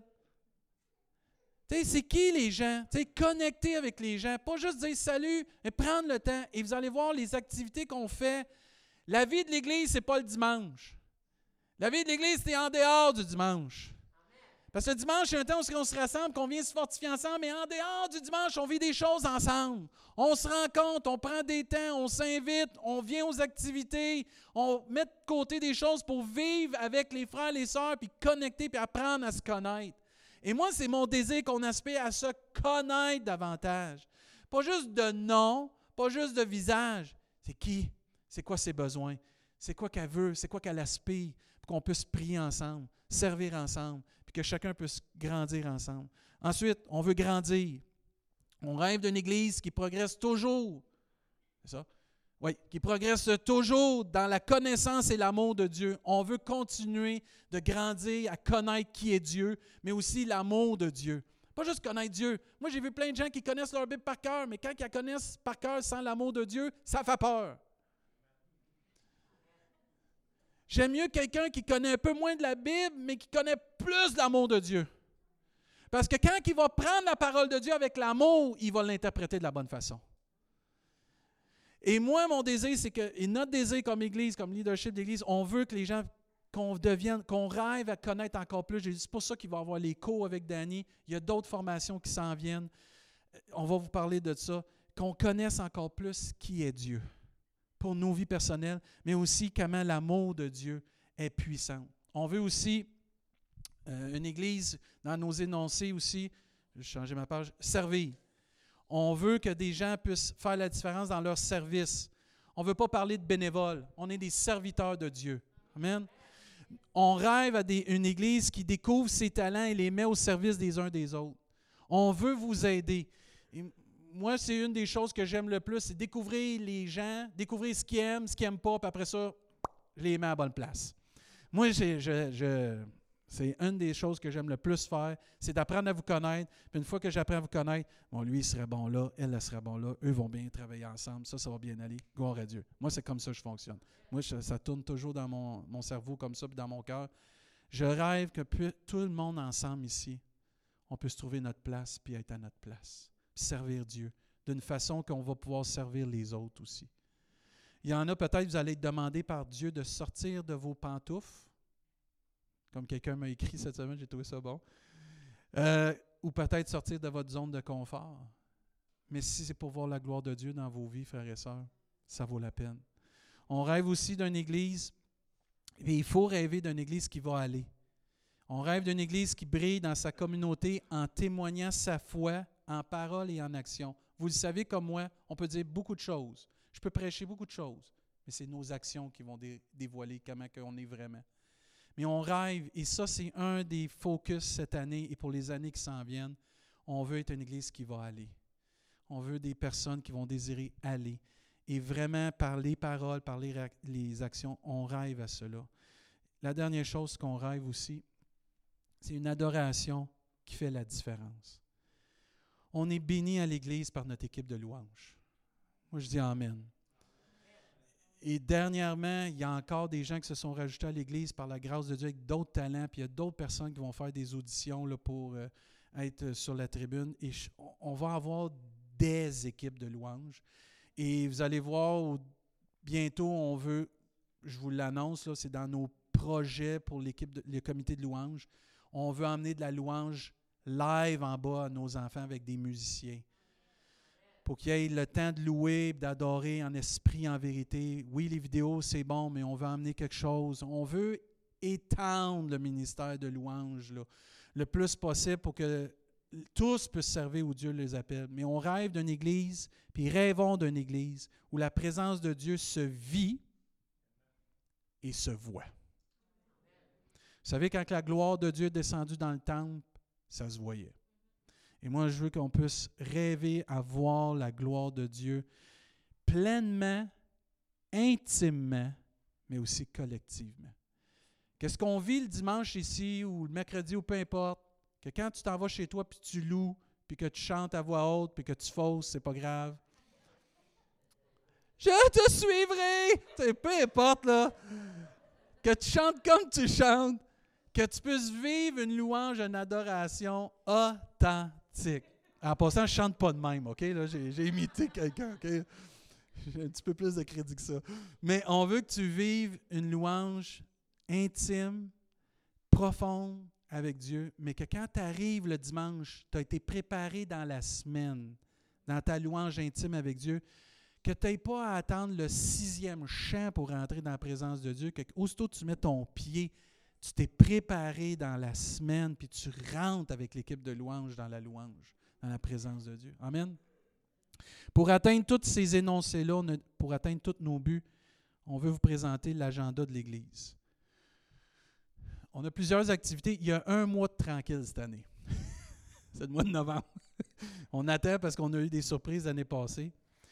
C'est qui les gens? Connecter avec les gens. Pas juste dire salut, mais prendre le temps. Et vous allez voir les activités qu'on fait. La vie de l'Église, ce n'est pas le dimanche. La vie de l'Église, c'est en dehors du dimanche. Parce que le dimanche, c'est un temps où on se rassemble, qu'on vient se fortifier ensemble, mais en dehors du dimanche, on vit des choses ensemble. On se rencontre, on prend des temps, on s'invite, on vient aux activités, on met de côté des choses pour vivre avec les frères et les sœurs, puis connecter, puis apprendre à se connaître. Et moi, c'est mon désir qu'on aspire à se connaître davantage. Pas juste de nom, pas juste de visage. C'est qui? C'est quoi ses besoins? C'est quoi qu'elle veut? C'est quoi qu'elle aspire? Pour qu'on puisse prier ensemble, servir ensemble, puis que chacun puisse grandir ensemble. Ensuite, on veut grandir. On rêve d'une Église qui progresse toujours. C'est ça? Oui, qui progresse toujours dans la connaissance et l'amour de Dieu. On veut continuer de grandir à connaître qui est Dieu, mais aussi l'amour de Dieu. Pas juste connaître Dieu. Moi, j'ai vu plein de gens qui connaissent leur Bible par cœur, mais quand ils la connaissent par cœur sans l'amour de Dieu, ça fait peur. J'aime mieux quelqu'un qui connaît un peu moins de la Bible, mais qui connaît plus l'amour de Dieu. Parce que quand il va prendre la parole de Dieu avec l'amour, il va l'interpréter de la bonne façon. Et moi, mon désir, c'est que, et notre désir comme Église, comme leadership d'Église, on veut que les gens, qu'on rêve à connaître encore plus. C'est pour ça qu'il va y avoir les cours avec Danny. Il y a d'autres formations qui s'en viennent. On va vous parler de ça. Qu'on connaisse encore plus qui est Dieu pour nos vies personnelles, mais aussi comment l'amour de Dieu est puissant. On veut aussi une Église, dans nos énoncés aussi, je vais changer ma page, servir. On veut que des gens puissent faire la différence dans leur service. On ne veut pas parler de bénévoles. On est des serviteurs de Dieu. Amen. On rêve à une Église qui découvre ses talents et les met au service des uns des autres. On veut vous aider. Et moi, c'est une des choses que j'aime le plus, c'est découvrir les gens, découvrir ce qu'ils aiment, ce qu'ils n'aiment pas, puis après ça, je les mets à la bonne place. Moi, c'est une des choses que j'aime le plus faire, c'est d'apprendre à vous connaître. Puis une fois que j'apprends à vous connaître, bon, lui, il serait bon là, elle serait bon là, eux vont bien travailler ensemble, ça va bien aller. Gloire à Dieu. Moi, c'est comme ça que je fonctionne. Moi, ça tourne toujours dans mon cerveau comme ça, puis dans mon cœur. Je rêve que tout le monde ensemble ici, on puisse trouver notre place, puis être à notre place, puis servir Dieu, d'une façon qu'on va pouvoir servir les autres aussi. Il y en a peut-être, vous allez être demandé par Dieu de sortir de vos pantoufles, comme quelqu'un m'a écrit cette semaine, j'ai trouvé ça bon. Ou peut-être sortir de votre zone de confort. Mais si c'est pour voir la gloire de Dieu dans vos vies, frères et sœurs, ça vaut la peine. On rêve aussi d'une Église, et il faut rêver d'une Église qui va aller. On rêve d'une Église qui brille dans sa communauté en témoignant sa foi en parole et en action. Vous le savez comme moi, on peut dire beaucoup de choses. Je peux prêcher beaucoup de choses, mais c'est nos actions qui vont dévoiler comment on est vraiment. Mais on rêve, et ça, c'est un des focus cette année et pour les années qui s'en viennent. On veut être une Église qui va aller. On veut des personnes qui vont désirer aller. Et vraiment, par les paroles, par les actions, on rêve à cela. La dernière chose qu'on rêve aussi, c'est une adoration qui fait la différence. On est béni à l'Église par notre équipe de louanges. Moi, je dis Amen. Et dernièrement, il y a encore des gens qui se sont rajoutés à l'Église par la grâce de Dieu avec d'autres talents, puis il y a d'autres personnes qui vont faire des auditions là, pour être sur la tribune. Et on va avoir des équipes de louanges. Et vous allez voir, bientôt, on veut, je vous l'annonce, là, c'est dans nos projets pour le comité de louanges, on veut emmener de la louange live en bas à nos enfants avec des musiciens. Pour qu'ils aient le temps de louer, d'adorer en esprit, en vérité. Oui, les vidéos, c'est bon, mais on veut emmener quelque chose. On veut étendre le ministère de louange là, le plus possible pour que tous puissent servir où Dieu les appelle. Mais on rêve d'une Église, puis rêvons d'une Église où la présence de Dieu se vit et se voit. Vous savez, quand la gloire de Dieu est descendue dans le temple, ça se voyait. Et moi, je veux qu'on puisse rêver à voir la gloire de Dieu pleinement, intimement, mais aussi collectivement. Qu'est-ce qu'on vit le dimanche ici, ou le mercredi, ou peu importe, que quand tu t'en vas chez toi, puis tu loues, puis que tu chantes à voix haute, puis que tu fausses, c'est pas grave. Je te suivrai! Peu importe, là. que tu chantes comme tu chantes, que tu puisses vivre une louange, une adoration authentique. En passant, je ne chante pas de même, OK? Là, j'ai imité quelqu'un, OK? J'ai un petit peu plus de crédit que ça. Mais on veut que tu vives une louange intime, profonde avec Dieu, mais que quand tu arrives le dimanche, tu as été préparé dans la semaine, dans ta louange intime avec Dieu, que tu n'aies pas à attendre le 6e chant pour rentrer dans la présence de Dieu, que aussitôt tu mets ton pied, tu t'es préparé dans la semaine, puis tu rentres avec l'équipe de louange dans la louange, dans la présence de Dieu. Amen. Pour atteindre tous ces énoncés-là, pour atteindre tous nos buts, on veut vous présenter l'agenda de l'Église. On a plusieurs activités. Il y a un mois de tranquille cette année. C'est le mois de novembre. On attend parce qu'on a eu des surprises l'année passée.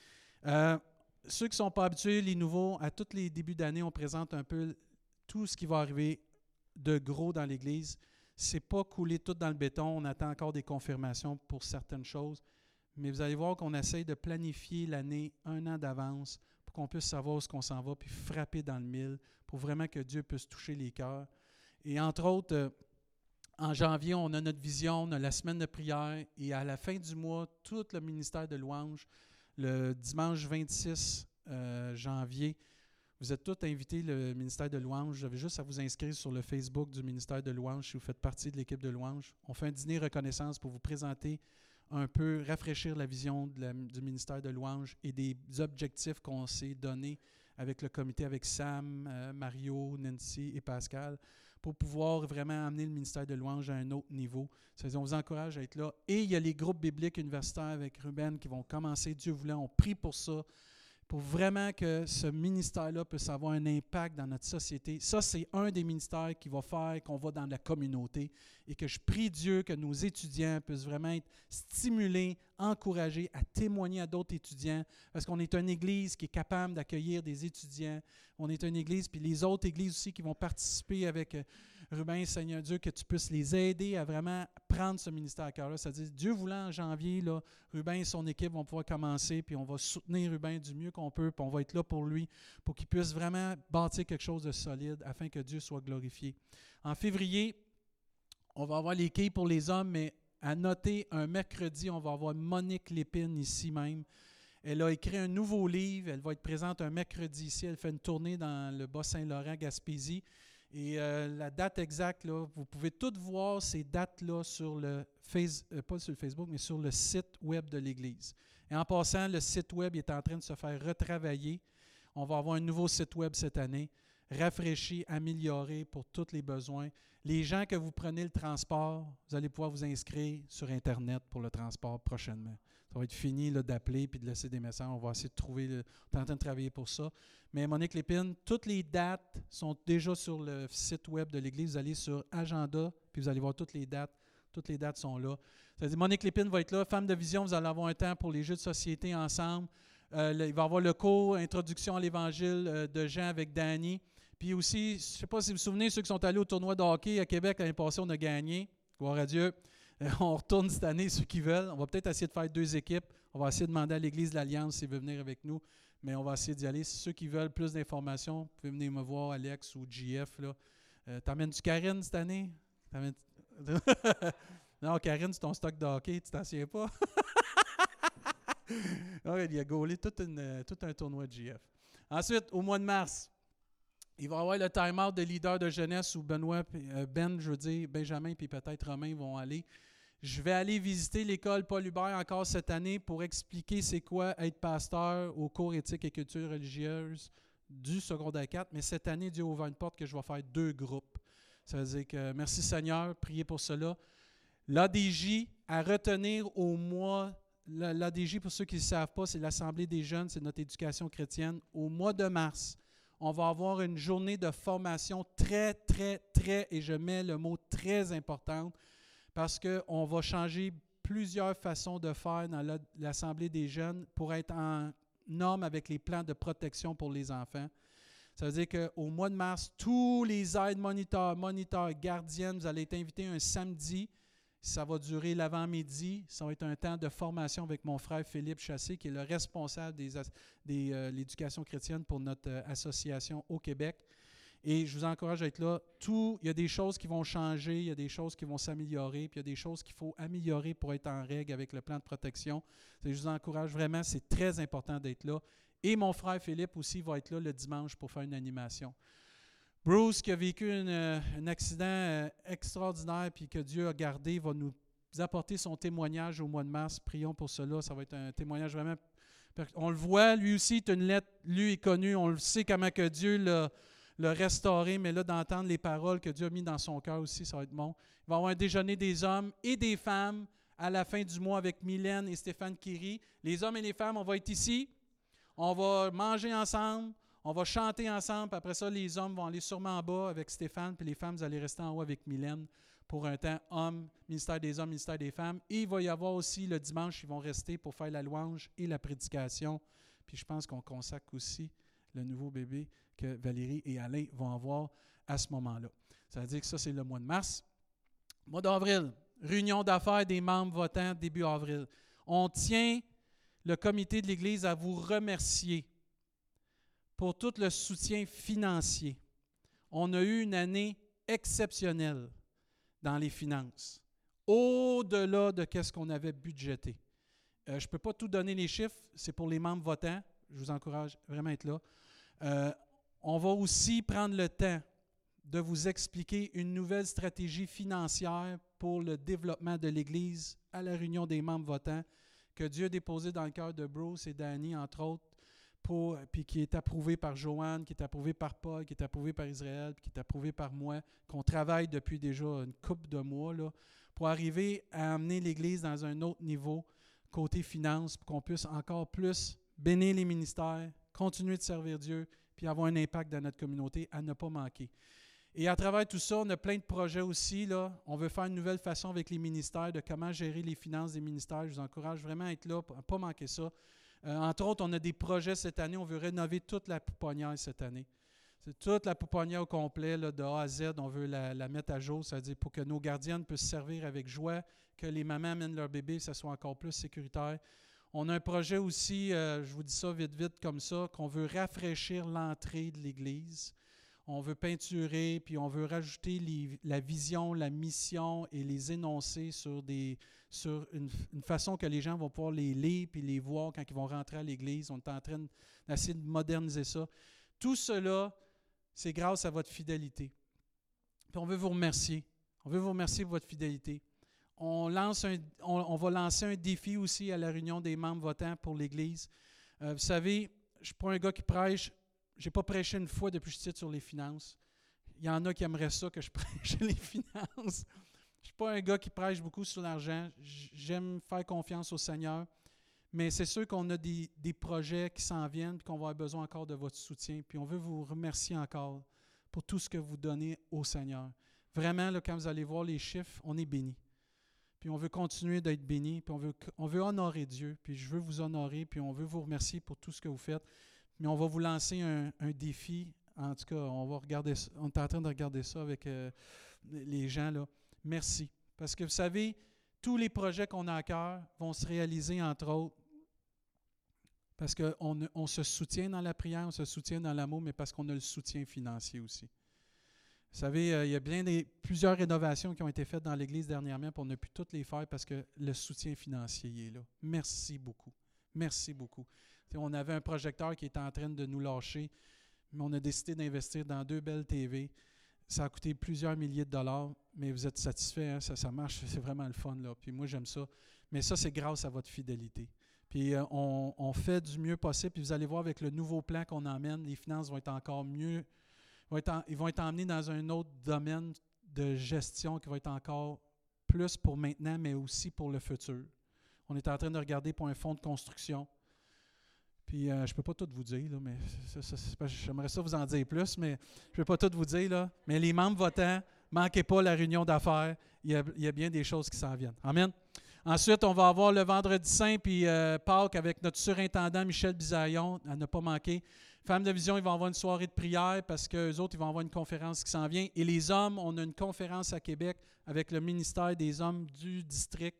Ceux qui ne sont pas habitués, les nouveaux, à tous les débuts d'année, on présente un peu tout ce qui va arriver de gros dans l'Église. Ce n'est pas coulé tout dans le béton. On attend encore des confirmations pour certaines choses. Mais vous allez voir qu'on essaye de planifier l'année 1 an d'avance pour qu'on puisse savoir où on s'en va puis frapper dans le mille pour vraiment que Dieu puisse toucher les cœurs. Et entre autres, en janvier, on a notre vision, on a la semaine de prière et à la fin du mois, tout le ministère de louange, le dimanche 26 janvier, vous êtes tous invités, le ministère de louange. Vous avez juste à vous inscrire sur le Facebook du ministère de louange si vous faites partie de l'équipe de louange. On fait un dîner reconnaissance pour vous présenter un peu, rafraîchir la vision du ministère de louange et des objectifs qu'on s'est donnés avec le comité, avec Sam, Mario, Nancy et Pascal, pour pouvoir vraiment amener le ministère de louange à un autre niveau. C'est-à-dire, on vous encourage à être là. Et il y a les groupes bibliques universitaires avec Ruben qui vont commencer, Dieu voulant, on prie pour ça, pour vraiment que ce ministère-là puisse avoir un impact dans notre société. Ça, c'est un des ministères qui va faire qu'on va dans la communauté et que je prie Dieu que nos étudiants puissent vraiment être stimulés, encouragés à témoigner à d'autres étudiants parce qu'on est une église qui est capable d'accueillir des étudiants. On est une église, puis les autres églises aussi qui vont participer avec Ruben, Seigneur Dieu, que tu puisses les aider à vraiment prendre ce ministère à cœur-là. C'est-à-dire, Dieu voulant, en janvier, là, Ruben et son équipe vont pouvoir commencer, puis on va soutenir Ruben du mieux qu'on peut, puis on va être là pour lui, pour qu'il puisse vraiment bâtir quelque chose de solide afin que Dieu soit glorifié. En février, on va avoir les quilles pour les hommes, mais à noter, un mercredi, on va avoir Monique Lépine ici même. Elle a écrit un nouveau livre, elle va être présente un mercredi ici, elle fait une tournée dans le Bas-Saint-Laurent, Gaspésie. Et la date exacte, là, vous pouvez toutes voir ces dates-là sur le pas sur le Facebook, mais sur le site web de l'Église. Et en passant, le site web est en train de se faire retravailler. On va avoir un nouveau site web cette année, rafraîchi, amélioré pour tous les besoins. Les gens que vous prenez le transport, vous allez pouvoir vous inscrire sur Internet pour le transport prochainement. Ça va être fini là, d'appeler et de laisser des messages. On va essayer de trouver, on est en train de travailler pour ça. Mais Monique Lépine, toutes les dates sont déjà sur le site web de l'Église. Vous allez sur Agenda, puis vous allez voir toutes les dates. Toutes les dates sont là. C'est-à-dire, Monique Lépine va être là. Femme de vision, vous allez avoir un temps pour les jeux de société ensemble. Il va y avoir le cours Introduction à l'Évangile de Jean avec Danny. Puis aussi, je ne sais pas si vous vous souvenez, ceux qui sont allés au tournoi de hockey à Québec l'année passée, on a gagné. Gloire à Dieu. On retourne cette année, ceux qui veulent. On va peut-être essayer de faire 2 équipes. On va essayer de demander à l'Église de l'Alliance s'ils veulent venir avec nous. Mais on va essayer d'y aller. Ceux qui veulent plus d'informations, vous pouvez venir me voir, Alex ou JF. T'emmènes-tu Karine cette année? Non, Karine, c'est ton stock de hockey. Tu t'en souviens pas? Ouais, il a gaulé tout un tournoi de JF. Ensuite, au mois de mars, il va y avoir le time-out de leader de jeunesse où Benjamin puis peut-être Romain vont aller. Je vais aller visiter l'école Paul Hubert encore cette année pour expliquer c'est quoi être pasteur au cours éthique et culture religieuse du secondaire 4. Mais cette année, Dieu a ouvert une porte que je vais faire 2 groupes. Ça veut dire que merci Seigneur, priez pour cela. L'ADJ à retenir au mois, l'ADJ pour ceux qui ne le savent pas, c'est l'Assemblée des jeunes, c'est notre éducation chrétienne. Au mois de mars, on va avoir une journée de formation très, et je mets le mot très importante, parce qu'on va changer plusieurs façons de faire dans l'Assemblée des jeunes pour être en norme avec les plans de protection pour les enfants. Ça veut dire qu'au mois de mars, tous les aides moniteurs, gardiennes, vous allez être invités un samedi. Ça va durer l'avant-midi. Ça va être un temps de formation avec mon frère Philippe Chassé, qui est le responsable de l'éducation chrétienne pour notre association au Québec. Et je vous encourage à être là. Il y a des choses qui vont changer, il y a des choses qui vont s'améliorer, puis il y a des choses qu'il faut améliorer pour être en règle avec le plan de protection. Je vous encourage vraiment, c'est très important d'être là. Et mon frère Philippe aussi va être là le dimanche pour faire une animation. Bruce, qui a vécu un accident extraordinaire, puis que Dieu a gardé, va nous apporter son témoignage au mois de mars. Prions pour cela. Ça va être un témoignage vraiment... On le voit, lui aussi, c'est une lettre, lui est connu, on le sait comment que Dieu l'a restauré, mais là, d'entendre les paroles que Dieu a mis dans son cœur aussi, ça va être bon. Il va y avoir un déjeuner des hommes et des femmes à la fin du mois avec Mylène et Stéphane Kiri. Les hommes et les femmes, on va être ici, on va manger ensemble, on va chanter ensemble, puis après ça, les hommes vont aller sûrement en bas avec Stéphane, puis les femmes, vous allez rester en haut avec Mylène pour un temps homme, ministère des hommes, ministère des femmes. Et il va y avoir aussi le dimanche, ils vont rester pour faire la louange et la prédication. Puis je pense qu'on consacre aussi le nouveau bébé que Valérie et Alain vont avoir à ce moment-là. Ça veut dire que ça, c'est le mois de mars. Mois d'avril, réunion d'affaires des membres votants début avril. On tient le comité de l'Église à vous remercier pour tout le soutien financier. On a eu une année exceptionnelle dans les finances, au-delà de ce qu'on avait budgété. Je ne peux pas tout donner les chiffres, c'est pour les membres votants. Je vous encourage vraiment à être là. On va aussi prendre le temps de vous expliquer une nouvelle stratégie financière pour le développement de l'Église à la réunion des membres votants que Dieu a déposé dans le cœur de Bruce et Danny, entre autres, puis qui est approuvé par Joanne, qui est approuvé par Paul, qui est approuvé par Israël, puis qui est approuvé par moi, qu'on travaille depuis déjà une couple de mois là, pour arriver à amener l'Église dans un autre niveau côté finances, pour qu'on puisse encore plus bénir les ministères, continuer de servir Dieu, puis avoir un impact dans notre communauté à ne pas manquer. Et à travers tout ça, on a plein de projets aussi. Là. On veut faire une nouvelle façon avec les ministères de comment gérer les finances des ministères. Je vous encourage vraiment à être là, à ne pas manquer ça. Entre autres, on a des projets cette année. On veut rénover toute la pouponnière cette année. C'est toute la pouponnière au complet, là, de A à Z. On veut la mettre à jour, c'est-à-dire pour que nos gardiennes puissent servir avec joie, que les mamans amènent leur bébé, que ça soit encore plus sécuritaire. On a un projet aussi, je vous dis ça vite comme ça, qu'on veut rafraîchir l'entrée de l'Église. On veut peinturer, puis on veut rajouter la vision, la mission et les énoncer sur une façon que les gens vont pouvoir les lire puis les voir quand ils vont rentrer à l'Église. On est en train d'essayer de moderniser ça. Tout cela, c'est grâce à votre fidélité. Puis on veut vous remercier. On veut vous remercier pour votre fidélité. On va lancer un défi aussi à la réunion des membres votants pour l'Église. Vous savez, je ne suis pas un gars qui prêche. Je n'ai pas prêché une fois depuis que je suis sur les finances. Il y en a qui aimeraient ça que je prêche les finances. Je ne suis pas un gars qui prêche beaucoup sur l'argent. J'aime faire confiance au Seigneur. Mais c'est sûr qu'on a des projets qui s'en viennent et qu'on va avoir besoin encore de votre soutien. Puis on veut vous remercier encore pour tout ce que vous donnez au Seigneur. Vraiment, là, quand vous allez voir les chiffres, on est bénis. Puis on veut continuer d'être bénis. Puis on veut honorer Dieu. Puis je veux vous honorer. Puis on veut vous remercier pour tout ce que vous faites. Mais on va vous lancer un défi. En tout cas, on est en train de regarder ça avec les gens là. Merci. Parce que vous savez, tous les projets qu'on a à cœur vont se réaliser, entre autres, parce qu'on se soutient dans la prière, on se soutient dans l'amour, mais parce qu'on a le soutien financier aussi. Vous savez, il y a plusieurs rénovations qui ont été faites dans l'Église dernièrement, puis on a pu toutes les faire parce que le soutien financier est là. Merci beaucoup. Merci beaucoup. On avait un projecteur qui était en train de nous lâcher, mais on a décidé d'investir dans 2 belles TV. Ça a coûté plusieurs milliers de dollars, mais vous êtes satisfaits, hein? Ça marche, c'est vraiment le fun, là. Puis moi, j'aime ça. Mais ça, c'est grâce à votre fidélité. Puis on fait du mieux possible, puis vous allez voir avec le nouveau plan qu'on emmène, les finances vont être encore mieux, ils vont être emmenés dans un autre domaine de gestion qui va être encore plus pour maintenant, mais aussi pour le futur. On est en train de regarder pour un fonds de construction. Puis, je ne peux pas tout vous dire, là, mais j'aimerais ça vous en dire plus, mais je ne peux pas tout vous dire. Là. Mais les membres votants, ne manquez pas la réunion d'affaires. Il y a bien des choses qui s'en viennent. Amen. Ensuite, on va avoir le Vendredi Saint puis Pâques avec notre surintendant Michel Bisaillon, à ne pas manquer. Femmes de Vision, ils vont avoir une soirée de prière parce qu'eux autres, ils vont avoir une conférence qui s'en vient. Et les hommes, on a une conférence à Québec avec le ministère des hommes du district.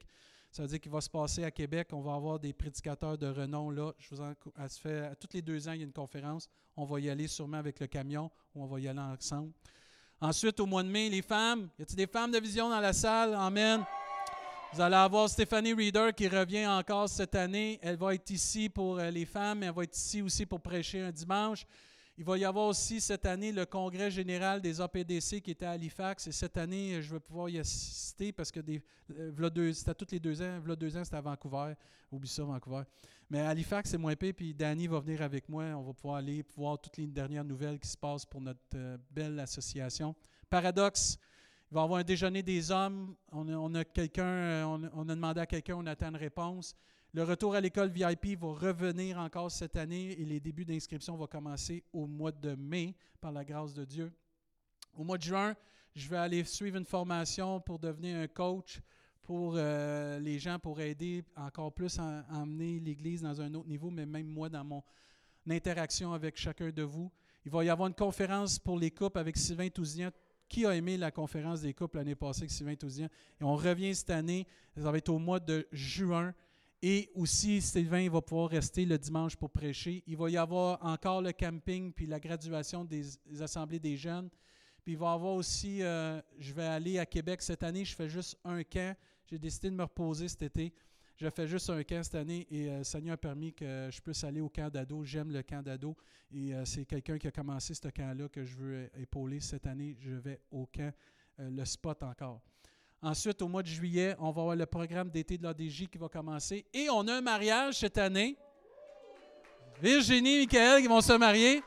Ça veut dire qu'il va se passer à Québec. On va avoir des prédicateurs de renom là. Elle se fait à tous les 2 ans, il y a une conférence. On va y aller sûrement avec le camion ou on va y aller ensemble. Ensuite, au mois de mai, les femmes. Y a-t-il des femmes de vision dans la salle? Amen. Vous allez avoir Stéphanie Reeder qui revient encore cette année. Elle va être ici pour les femmes, mais elle va être ici aussi pour prêcher un dimanche. Il va y avoir aussi cette année le congrès général des APDC qui était à Halifax. Et cette année, je vais pouvoir y assister parce que c'était tous les 2 ans. V'là 2 ans, c'était à Vancouver. Oublie ça, Vancouver. Mais à Halifax, c'est moins pire. Puis Danny va venir avec moi. On va pouvoir aller voir toutes les dernières nouvelles qui se passent pour notre belle association. Paradoxe. Il va y avoir un déjeuner des hommes. On a demandé à quelqu'un, on attend une réponse. Le retour à l'école VIP va revenir encore cette année et les débuts d'inscription vont commencer au mois de mai, par la grâce de Dieu. Au mois de juin, je vais aller suivre une formation pour devenir un coach pour les gens, pour aider encore plus à emmener l'Église dans un autre niveau, mais même moi dans mon interaction avec chacun de vous. Il va y avoir une conférence pour les couples avec Sylvain Touzian. Qui a aimé la conférence des couples l'année passée avec Sylvain Touzian? Et on revient cette année, ça va être au mois de juin. Et aussi, Sylvain va pouvoir rester le dimanche pour prêcher. Il va y avoir encore le camping puis la graduation des assemblées des jeunes. Puis il va y avoir aussi, je vais aller à Québec cette année, je fais juste un camp. J'ai décidé de me reposer cet été. Je fais juste un camp cette année et le Seigneur a permis que je puisse aller au camp d'ado. J'aime le camp d'ado et c'est quelqu'un qui a commencé ce camp-là que je veux épauler cette année. Je vais au camp, le spot encore. Ensuite, au mois de juillet, on va avoir le programme d'été de l'ADJ qui va commencer. Et on a un mariage cette année. Virginie et Michael qui vont se marier.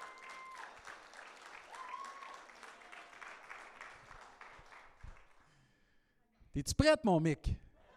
Es-tu prête, mon Mick?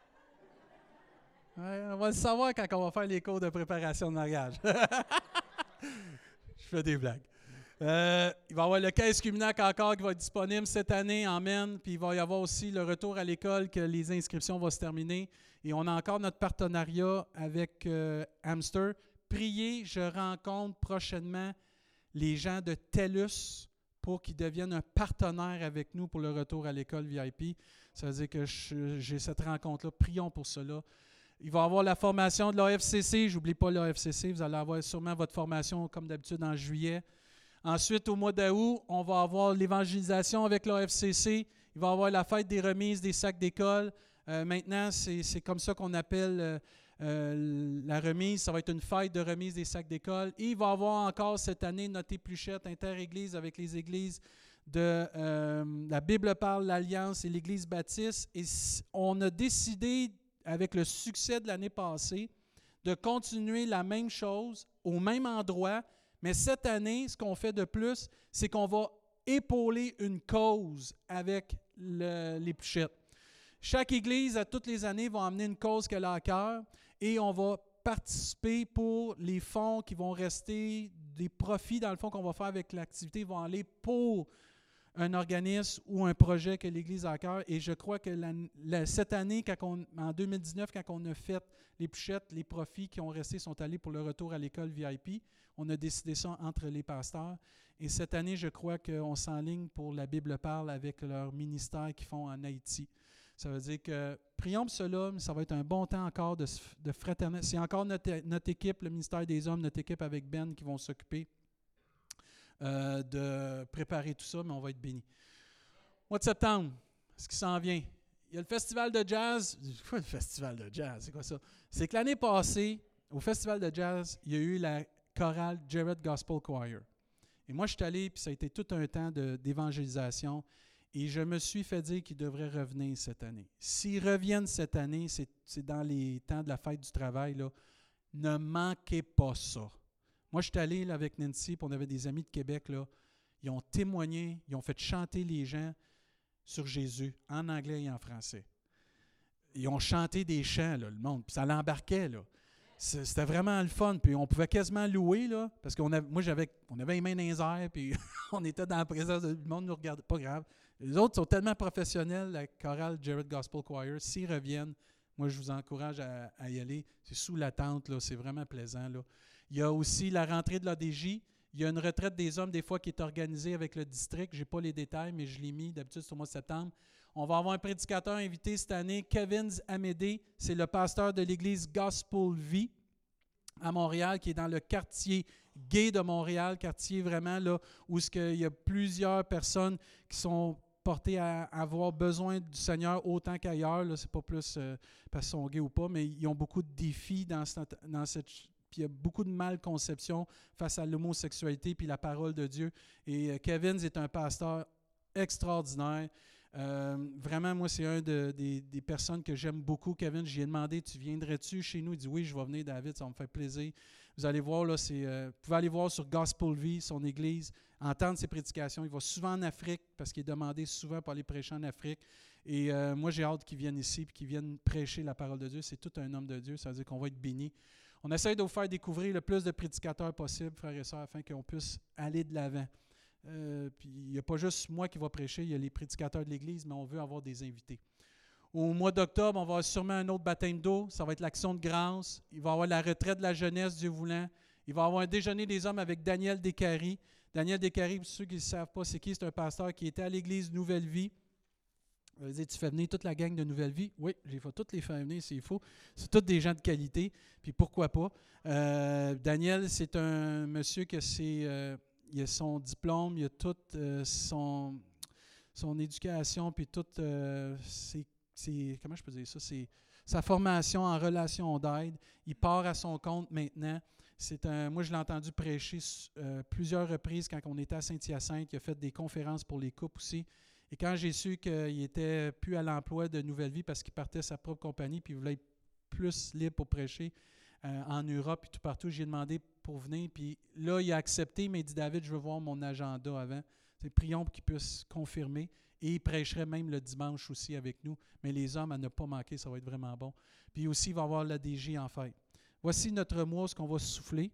Ouais, on va le savoir quand on va faire les cours de préparation de mariage. Je fais des blagues. Il va y avoir le caisse Cuminac encore qui va être disponible cette année, amen. Puis il va y avoir aussi le retour à l'école que les inscriptions vont se terminer. Et on a encore notre partenariat avec Hamster. Priez, je rencontre prochainement les gens de TELUS pour qu'ils deviennent un partenaire avec nous pour le retour à l'école VIP. Ça veut dire que j'ai cette rencontre-là. Prions pour cela. Il va y avoir la formation de l'AFCC. Je n'oublie pas l'AFCC. Vous allez avoir sûrement votre formation comme d'habitude en juillet. Ensuite, au mois d'août, on va avoir l'évangélisation avec l'AFCC. Il va y avoir la fête des remises des sacs d'école. Maintenant, c'est comme ça qu'on appelle la remise. Ça va être une fête de remise des sacs d'école. Et il va y avoir encore cette année notre épluchette inter-église avec les églises de la Bible parle, l'Alliance et l'Église baptiste. Et on a décidé, avec le succès de l'année passée, de continuer la même chose au même endroit. Mais cette année, ce qu'on fait de plus, c'est qu'on va épauler une cause avec l'épluchette. Chaque église, à toutes les années, va amener une cause qu'elle a à cœur et on va participer pour les fonds qui vont rester, des profits, dans le fond, qu'on va faire avec l'activité, vont aller pour un organisme ou un projet que l'Église a à cœur. Et je crois que cette année, en 2019, quand on a fait l'épluchette, les profits qui ont resté sont allés pour le retour à l'école VIP. On a décidé ça entre les pasteurs. Et cette année, je crois qu'on s'enligne pour la Bible parle avec leur ministère qu'ils font en Haïti. Ça veut dire que prions pour cela, mais ça va être un bon temps encore de fraternité. C'est encore notre équipe, le ministère des hommes, notre équipe avec Ben qui vont s'occuper de préparer tout ça, mais on va être bénis. Mois de septembre, ce qui s'en vient. Il y a le festival de jazz. Quoi le festival de jazz? C'est quoi ça? C'est que l'année passée, au festival de jazz, il y a eu la chorale Jared Gospel Choir. Et moi, je suis allé, puis ça a été tout un temps d'évangélisation. Et je me suis fait dire qu'ils devraient revenir cette année. S'ils reviennent cette année, c'est dans les temps de la fête du travail, là, ne manquez pas ça. Moi, je suis allé là, avec Nancy, puis on avait des amis de Québec, là, ils ont témoigné, ils ont fait chanter les gens sur Jésus, en anglais et en français. Ils ont chanté des chants, là, le monde, puis ça l'embarquait, là. C'était vraiment le fun, puis on pouvait quasiment louer, là, parce qu'on avait les mains dans les airs, puis on était dans la présence du monde, nous regardait, pas grave. Les autres sont tellement professionnels, la chorale Jared Gospel Choir, s'ils reviennent, moi je vous encourage à y aller, c'est sous la tente, là, c'est vraiment plaisant, là. Il y a aussi la rentrée de l'ADJ. Il y a une retraite des hommes, des fois, qui est organisée avec le district. Je n'ai pas les détails, mais je l'ai mis. D'habitude, c'est au mois de septembre. On va avoir un prédicateur invité cette année, Kevin Amédée. C'est le pasteur de l'église Gospel Vie à Montréal, qui est dans le quartier gay de Montréal, quartier vraiment là où il y a plusieurs personnes qui sont portées à avoir besoin du Seigneur autant qu'ailleurs. Ce n'est pas plus parce qu'ils sont gays ou pas, mais ils ont beaucoup de défis dans cette. Puis il y a beaucoup de malconception face à l'homosexualité puis la parole de Dieu. Et Kevin est un pasteur extraordinaire. Vraiment, moi, c'est un des personnes que j'aime beaucoup. Kevin, j'y ai demandé, tu viendrais-tu chez nous? Il dit oui, je vais venir, David, ça va me faire plaisir. Vous allez voir, là, vous pouvez aller voir sur Gospel Vie, son église, entendre ses prédications. Il va souvent en Afrique parce qu'il est demandé souvent pour aller prêcher en Afrique. Et moi, j'ai hâte qu'il vienne ici et qu'il vienne prêcher la parole de Dieu. C'est tout un homme de Dieu, ça veut dire qu'on va être bénis. On essaie de vous faire découvrir le plus de prédicateurs possible, frères et sœurs, afin qu'on puisse aller de l'avant. Puis il n'y a pas juste moi qui va prêcher, il y a les prédicateurs de l'Église, mais on veut avoir des invités. Au mois d'octobre, on va avoir sûrement un autre baptême d'eau. Ça va être l'action de grâce. Il va y avoir la retraite de la jeunesse, Dieu voulant. Il va y avoir un déjeuner des hommes avec Daniel Descaries. Daniel Descaries, pour ceux qui ne savent pas c'est qui, c'est un pasteur qui était à l'Église Nouvelle Vie. Vous allez dire, tu fais venir toute la gang de Nouvelle Vie? Oui, j'ai fait toutes les faire venir, c'est faux. C'est tous des gens de qualité, puis pourquoi pas. Daniel, c'est un monsieur que il a son diplôme, il a toute son éducation, puis toute comment je peux dire ça? C'est sa formation en relation d'aide. Il part à son compte maintenant. Moi, je l'ai entendu prêcher plusieurs reprises quand on était à Saint-Hyacinthe. Il a fait des conférences pour les couples aussi. Et quand j'ai su qu'il n'était plus à l'emploi de Nouvelle Vie parce qu'il partait sa propre compagnie puis il voulait être plus libre pour prêcher en Europe et tout partout, j'ai demandé pour venir. Puis là, il a accepté, mais il dit, David, je veux voir mon agenda avant. Prions pour qu'il puisse confirmer. Et il prêcherait même le dimanche aussi avec nous. Mais les hommes, à ne pas manquer, ça va être vraiment bon. Puis aussi, il va y avoir l'ADJ en fête. Voici notre mois, ce qu'on va souffler,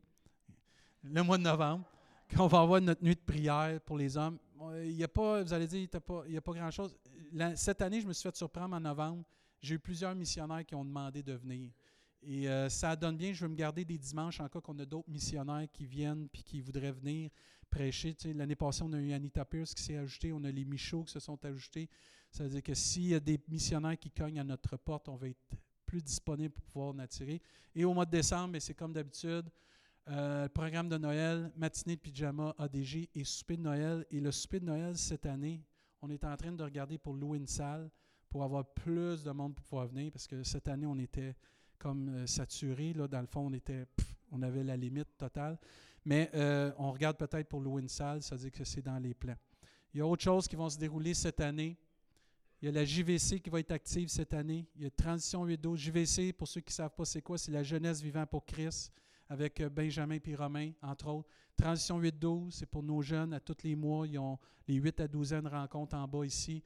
le mois de novembre, quand on va avoir notre nuit de prière pour les hommes. Il n'y a pas, vous allez dire, il n'y a pas grand-chose. Cette année, je me suis fait surprendre en novembre. J'ai eu plusieurs missionnaires qui ont demandé de venir. Et ça donne bien, je veux me garder des dimanches en cas qu'on a d'autres missionnaires qui viennent et qui voudraient venir prêcher. Tu sais, l'année passée, on a eu Anita Pierce qui s'est ajoutée, on a les Michauds qui se sont ajoutés. Ça veut dire que s'il y a des missionnaires qui cognent à notre porte, on va être plus disponible pour pouvoir en attirer. Et au mois de décembre, c'est comme d'habitude, le programme de Noël, matinée de pyjama, ADG et souper de Noël. Et le souper de Noël, cette année, on est en train de regarder pour louer une salle pour avoir plus de monde pour pouvoir venir parce que cette année, on était comme saturé. Là, dans le fond, on avait la limite totale. Mais on regarde peut-être pour louer une salle, ça veut dire que c'est dans les plans. Il y a autre chose qui vont se dérouler cette année. Il y a la JVC qui va être active cette année. Il y a Transition 8-12. JVC, pour ceux qui ne savent pas c'est quoi, c'est la jeunesse vivant pour Christ avec Benjamin et Romain, entre autres. Transition 8-12, c'est pour nos jeunes. À tous les mois, ils ont les 8 à 12 ans de rencontres en bas ici.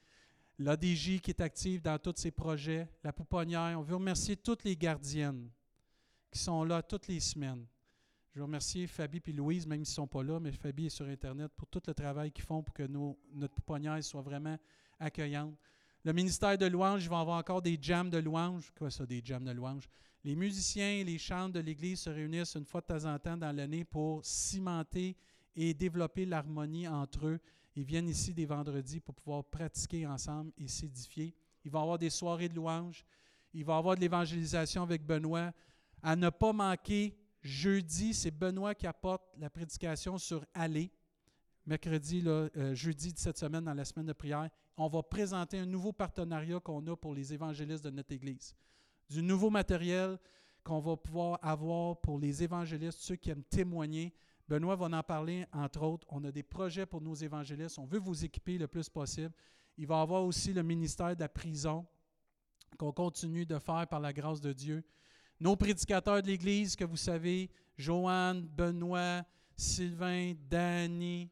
L'ADJ qui est active dans tous ces projets. La pouponnière. On veut remercier toutes les gardiennes qui sont là toutes les semaines. Je veux remercier Fabi et Louise, même s'ils ne sont pas là, mais Fabi est sur Internet, pour tout le travail qu'ils font pour que notre pouponnière soit vraiment accueillante. Le ministère de louange, il va y avoir encore des jams de louange. Quoi ça, des jams de louange? Les musiciens et les chantres de l'Église se réunissent une fois de temps en temps dans l'année pour cimenter et développer l'harmonie entre eux. Ils viennent ici des vendredis pour pouvoir pratiquer ensemble et s'édifier. Il va y avoir des soirées de louange. Il va y avoir de l'évangélisation avec Benoît. À ne pas manquer, jeudi, c'est Benoît qui apporte la prédication sur Aller. Mercredi, jeudi de cette semaine, dans la semaine de prière, on va présenter un nouveau partenariat qu'on a pour les évangélistes de notre Église. Du nouveau matériel qu'on va pouvoir avoir pour les évangélistes, ceux qui aiment témoigner. Benoît va en parler, entre autres. On a des projets pour nos évangélistes. On veut vous équiper le plus possible. Il va y avoir aussi le ministère de la prison qu'on continue de faire par la grâce de Dieu. Nos prédicateurs de l'Église, que vous savez, Joanne, Benoît, Sylvain, Danny,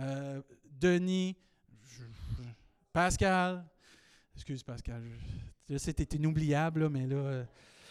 Denis, Pascal. Excuse Pascal, c'était inoubliable, là, mais là,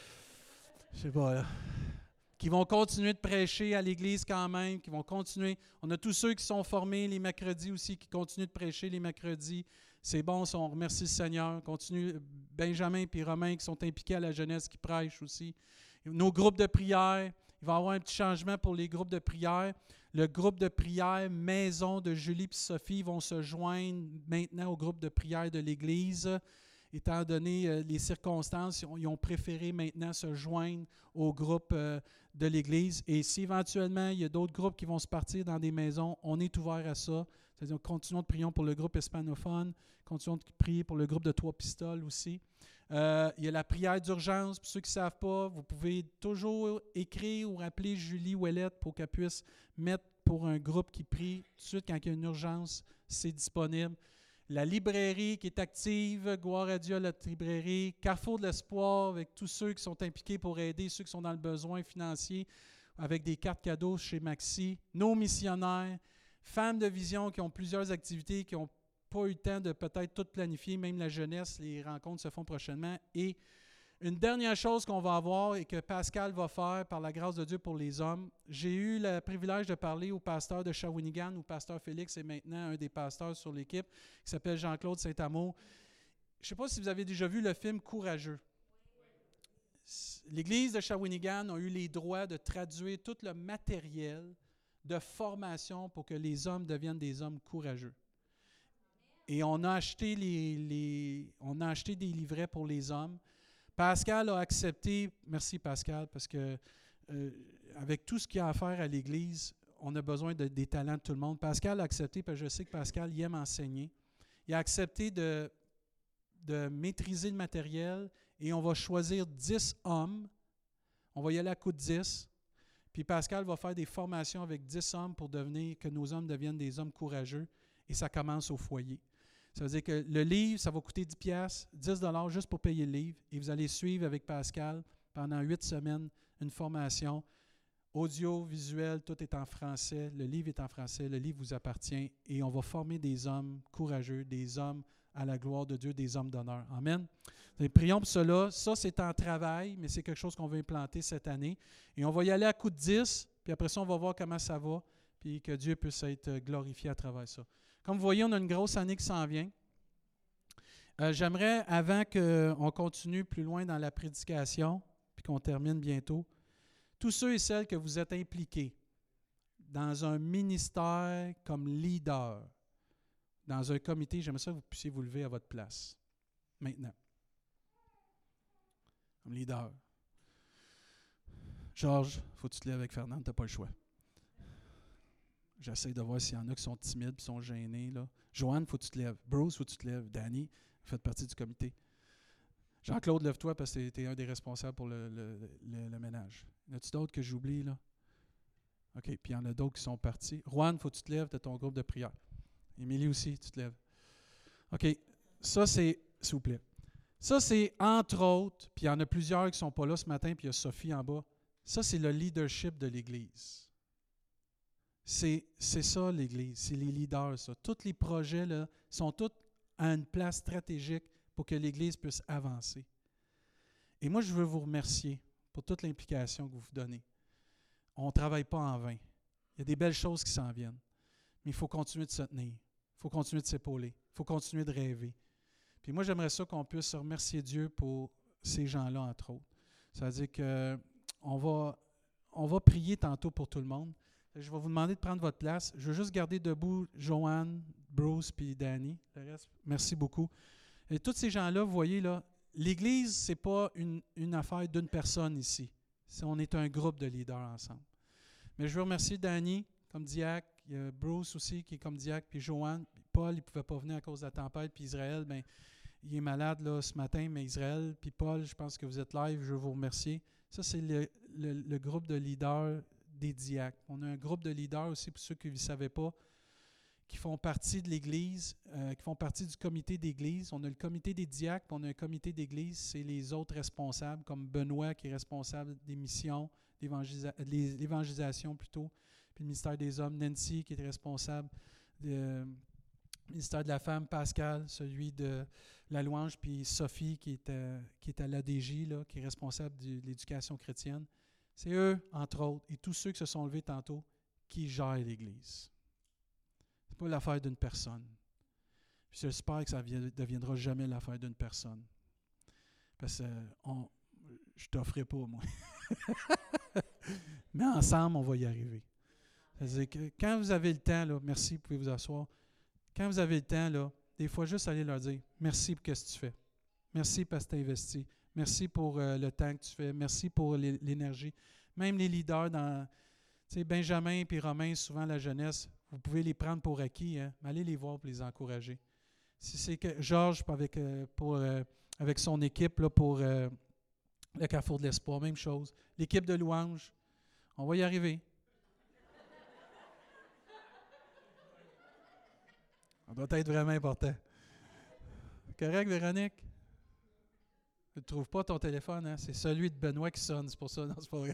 je sais pas, là. Qui vont continuer de prêcher à l'Église quand même, qui vont continuer. On a tous ceux qui sont formés les mercredis aussi, qui continuent de prêcher les mercredis. C'est bon, on remercie le Seigneur. Continue Benjamin et Romain qui sont impliqués à la jeunesse, qui prêchent aussi. Nos groupes de prière, Il va y avoir un petit changement pour les groupes de prière. Le groupe de prière Maison de Julie et Sophie vont se joindre maintenant au groupe de prière de l'Église. Étant donné les circonstances, ils ont préféré maintenant se joindre au groupe de l'Église. Et si éventuellement il y a d'autres groupes qui vont se partir dans des maisons, on est ouvert à ça. C'est-à-dire, continuons de prier pour le groupe hispanophone, continuons de prier pour le groupe de Trois Pistoles aussi. Il y a la prière d'urgence. Pour ceux qui ne savent pas, vous pouvez toujours écrire ou rappeler Julie Ouellette pour qu'elle puisse mettre pour un groupe qui prie. Tout de suite, quand il y a une urgence, c'est disponible. La librairie qui est active, gloire à Dieu à la librairie. Carrefour de l'espoir avec tous ceux qui sont impliqués pour aider ceux qui sont dans le besoin financier avec des cartes cadeaux chez Maxi. Nos missionnaires, femmes de vision qui ont plusieurs activités, qui n'ont pas eu le temps de peut-être tout planifier, même la jeunesse, les rencontres se font prochainement. Et une dernière chose qu'on va avoir et que Pascal va faire par la grâce de Dieu pour les hommes, j'ai eu le privilège de parler au pasteur de Shawinigan, où pasteur Félix est maintenant un des pasteurs sur l'équipe, qui s'appelle Jean-Claude Saint-Amour. Je ne sais pas si vous avez déjà vu le film Courageux. L'Église de Shawinigan a eu les droits de traduire tout le matériel de formation pour que les hommes deviennent des hommes courageux. Et on a acheté on a acheté des livrets pour les hommes. Pascal a accepté, merci Pascal, parce que avec tout ce qu'il y a à faire à l'Église, on a besoin des talents de tout le monde. Pascal a accepté, parce que je sais que Pascal il aime enseigner. Il a accepté de maîtriser le matériel et on va choisir 10 hommes. On va y aller à coup de 10. Puis Pascal va faire des formations avec 10 hommes pour que nos hommes deviennent des hommes courageux. Et ça commence au foyer. Ça veut dire que le livre, ça va coûter 10$, 10$ juste pour payer le livre. Et vous allez suivre avec Pascal pendant 8 semaines une formation audio, visuel, tout est en français. Le livre est en français, le livre vous appartient. Et on va former des hommes courageux, des hommes à la gloire de Dieu, des hommes d'honneur. Amen. Et prions pour cela. Ça, c'est en travail, mais c'est quelque chose qu'on veut implanter cette année. Et on va y aller à coup de 10, puis après ça, on va voir comment ça va, puis que Dieu puisse être glorifié à travers ça. Comme vous voyez, on a une grosse année qui s'en vient. J'aimerais, avant qu'on continue plus loin dans la prédication, puis qu'on termine bientôt, tous ceux et celles que vous êtes impliqués dans un ministère comme leader, dans un comité, j'aimerais ça que vous puissiez vous lever à votre place. Maintenant. Comme leader. Georges, il faut que tu te lèves avec Fernand, tu n'as pas le choix. J'essaie de voir s'il y en a qui sont timides, qui sont gênés. Là. Joanne, il faut que tu te lèves. Bruce, il faut que tu te lèves. Danny, vous faites partie du comité. Jean-Claude, lève-toi parce que tu es un des responsables pour le ménage. Y en a-tu d'autres que j'oublie, là? OK, puis il y en a d'autres qui sont partis. Juan, il faut que tu te lèves, tu as ton groupe de prière. Émilie aussi, tu te lèves. OK, ça c'est, s'il vous plaît. Ça c'est, entre autres, puis il y en a plusieurs qui ne sont pas là ce matin, puis il y a Sophie en bas. Ça, c'est le leadership de l'Église. C'est ça, l'Église. C'est les leaders, ça. Tous les projets là, sont tous à une place stratégique pour que l'Église puisse avancer. Et moi, je veux vous remercier pour toute l'implication que vous vous donnez. On ne travaille pas en vain. Il y a des belles choses qui s'en viennent. Mais il faut continuer de se tenir. Il faut continuer de s'épauler. Il faut continuer de rêver. Puis moi, j'aimerais ça qu'on puisse remercier Dieu pour ces gens-là, entre autres. Ça veut dire qu'on va prier tantôt pour tout le monde. Je vais vous demander de prendre votre place. Je veux juste garder debout Joanne, Bruce puis Danny. Le reste, merci beaucoup. Et tous ces gens-là, vous voyez, là, l'Église, ce n'est pas une affaire d'une personne ici. On est un groupe de leaders ensemble. Mais je veux remercier Danny comme diacre. Il y a Bruce aussi qui est comme diacre, puis Joanne. Puis Paul, il ne pouvait pas venir à cause de la tempête. Puis Israël, bien, il est malade là, ce matin. Mais Israël, puis Paul, je pense que vous êtes live. Je veux vous remercier. Ça, c'est le groupe de leaders des diacres. On a un groupe de leaders aussi, pour ceux qui ne savaient pas, qui font partie de l'Église, qui font partie du comité d'Église. On a le comité des diacres, puis on a un comité d'Église, c'est les autres responsables, comme Benoît qui est responsable des missions, l'évangélisation plutôt, puis le ministère des Hommes, Nancy qui est responsable du ministère de la Femme, Pascal, celui de la louange, puis Sophie qui est à l'ADJ, là, qui est responsable de l'éducation chrétienne. C'est eux, entre autres, et tous ceux qui se sont levés tantôt, qui gèrent l'Église. Ce n'est pas l'affaire d'une personne. Puis j'espère que ça ne deviendra jamais l'affaire d'une personne. Parce que je ne t'offrais pas, moi. Mais ensemble, on va y arriver. C'est-à-dire que quand vous avez le temps, là, merci, vous pouvez vous asseoir. Quand vous avez le temps, là, des fois, juste aller leur dire merci pour ce que tu fais. Merci parce que tu as investi. Merci pour le temps que tu fais. Merci pour l'énergie. Même les leaders dans Benjamin et Romain, souvent la jeunesse, vous pouvez les prendre pour acquis, hein? Allez les voir pour les encourager. Si c'est que Georges avec son équipe là, pour le Carrefour de l'Espoir, même chose. L'équipe de louange, on va y arriver. Ça doit être vraiment important. Correct, Véronique? Tu ne trouves pas ton téléphone, hein? C'est celui de Benoît qui sonne, c'est pour ça. Non, c'est pas vrai.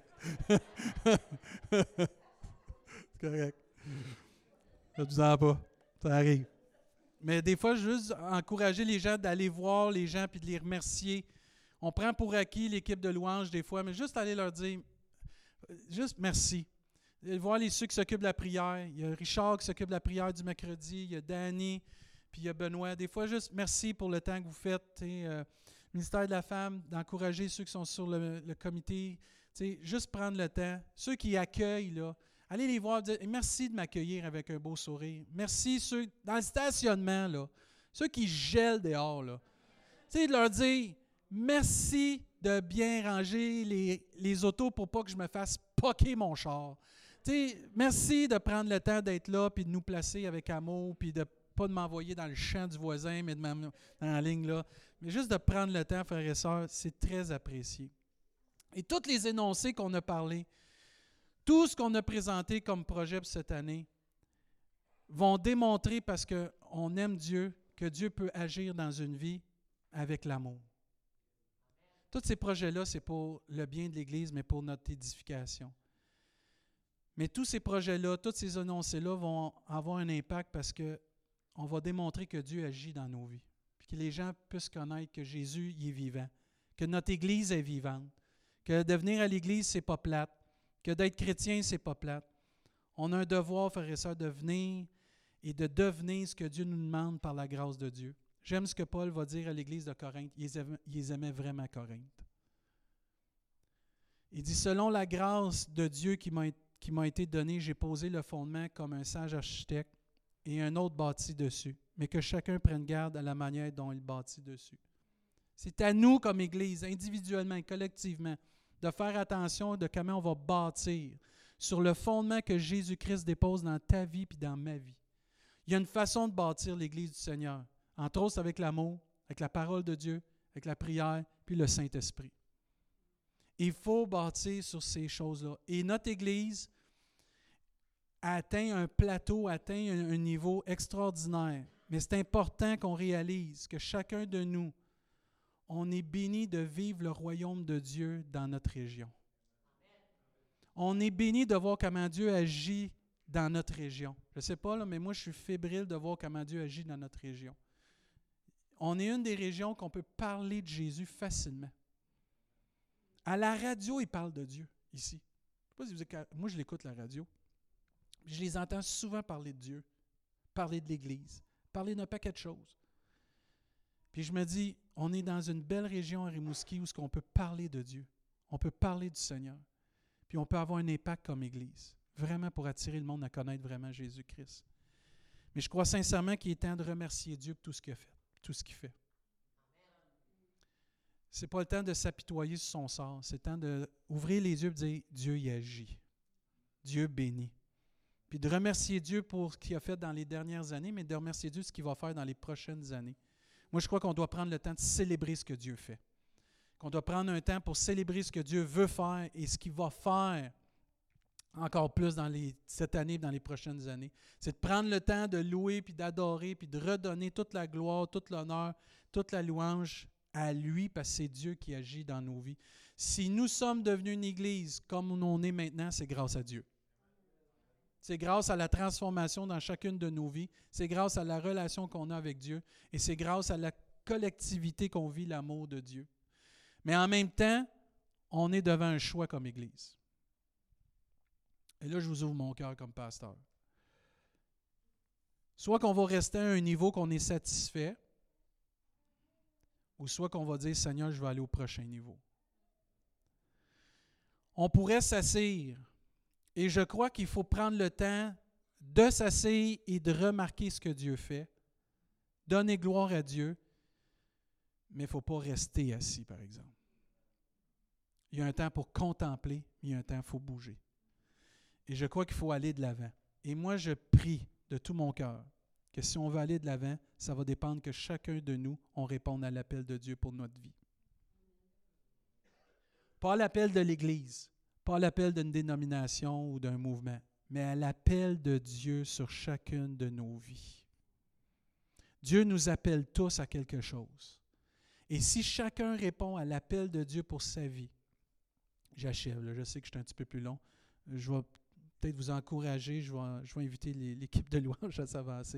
C'est correct. Ne vous en pas. Ça arrive. Mais des fois, juste encourager les gens d'aller voir les gens puis de les remercier. On prend pour acquis l'équipe de louange des fois, mais juste aller leur dire juste merci. Voir ceux qui s'occupent de la prière. Il y a Richard qui s'occupe de la prière du mercredi, il y a Danny, puis il y a Benoît. Des fois, juste merci pour le temps que vous faites. Ministère de la Femme, d'encourager ceux qui sont sur le comité. Juste prendre le temps. Ceux qui accueillent, là, allez les voir, dire merci de m'accueillir avec un beau sourire. Merci ceux dans le stationnement, là, ceux qui gèlent dehors, là. De leur dire merci de bien ranger les autos pour pas que je me fasse poquer mon char. Merci de prendre le temps d'être là puis de nous placer avec amour puis de pas de m'envoyer dans le champ du voisin, mais dans la ligne là. Mais juste de prendre le temps, frères et sœurs, c'est très apprécié. Et tous les énoncés qu'on a parlé, tout ce qu'on a présenté comme projet pour cette année, vont démontrer, parce qu'on aime Dieu, que Dieu peut agir dans une vie avec l'amour. Tous ces projets-là, c'est pour le bien de l'Église, mais pour notre édification. Mais tous ces projets-là, tous ces énoncés-là vont avoir un impact parce qu'on va démontrer que Dieu agit dans nos vies. Puis que les gens puissent connaître que Jésus il est vivant, que notre Église est vivante, que de venir à l'Église, c'est pas plate, que d'être chrétien, c'est pas plate. On a un devoir, frères et sœurs, de venir et de devenir ce que Dieu nous demande par la grâce de Dieu. J'aime ce que Paul va dire à l'Église de Corinthe. Ils aimaient vraiment Corinthe. Il dit, selon la grâce de Dieu qui m'a été donnée, j'ai posé le fondement comme un sage architecte et un autre bâtit dessus, mais que chacun prenne garde à la manière dont il bâtit dessus. C'est à nous comme Église, individuellement et collectivement, de faire attention de comment on va bâtir sur le fondement que Jésus-Christ dépose dans ta vie et dans ma vie. Il y a une façon de bâtir l'Église du Seigneur, entre autres avec l'amour, avec la parole de Dieu, avec la prière, puis le Saint-Esprit. Il faut bâtir sur ces choses-là. Et notre Église atteint un plateau, atteint un niveau extraordinaire. Mais c'est important qu'on réalise que chacun de nous, on est béni de vivre le royaume de Dieu dans notre région. On est béni de voir comment Dieu agit dans notre région. Je ne sais pas, là, mais moi, je suis fébrile de voir comment Dieu agit dans notre région. On est une des régions qu'on peut parler de Jésus facilement. À la radio, ils parlent de Dieu, ici. Je sais pas si vous êtes, moi, je l'écoute, la radio. Je les entends souvent parler de Dieu, parler de l'Église, parler d'un paquet de choses. Puis je me dis, on est dans une belle région à Rimouski où on peut parler de Dieu. On peut parler du Seigneur. Puis on peut avoir un impact comme Église, vraiment pour attirer le monde à connaître vraiment Jésus-Christ. Mais je crois sincèrement qu'il est temps de remercier Dieu pour tout ce qu'il a fait, tout ce qu'il fait. Ce n'est pas le temps de s'apitoyer sur son sort. C'est le temps d'ouvrir les yeux et de dire « Dieu y agit. Dieu bénit. » Puis de remercier Dieu pour ce qu'il a fait dans les dernières années, mais de remercier Dieu pour ce qu'il va faire dans les prochaines années. Moi, je crois qu'on doit prendre le temps de célébrer ce que Dieu fait. Qu'on doit prendre un temps pour célébrer ce que Dieu veut faire et ce qu'il va faire encore plus dans cette année et dans les prochaines années. C'est de prendre le temps de louer, puis d'adorer, puis de redonner toute la gloire, tout l'honneur, toute la louange à lui, parce que c'est Dieu qui agit dans nos vies. Si nous sommes devenus une Église comme on est maintenant, c'est grâce à Dieu. C'est grâce à la transformation dans chacune de nos vies. C'est grâce à la relation qu'on a avec Dieu. Et c'est grâce à la collectivité qu'on vit l'amour de Dieu. Mais en même temps, on est devant un choix comme Église. Et là, je vous ouvre mon cœur comme pasteur. Soit qu'on va rester à un niveau qu'on est satisfait, ou soit qu'on va dire, Seigneur, je vais aller au prochain niveau. On pourrait s'asseoir Et je crois qu'il faut prendre le temps de s'asseoir et de remarquer ce que Dieu fait, donner gloire à Dieu, mais il ne faut pas rester assis, par exemple. Il y a un temps pour contempler, mais il y a un temps, il faut bouger. Et je crois qu'il faut aller de l'avant. Et moi, je prie de tout mon cœur que si on veut aller de l'avant, ça va dépendre que chacun de nous, on réponde à l'appel de Dieu pour notre vie. Pas à l'appel de l'Église, pas à l'appel d'une dénomination ou d'un mouvement, mais à l'appel de Dieu sur chacune de nos vies. Dieu nous appelle tous à quelque chose. Et si chacun répond à l'appel de Dieu pour sa vie, j'achève, là, je sais que je suis un petit peu plus long, je vais peut-être vous encourager, je vais inviter l'équipe de louange à s'avancer.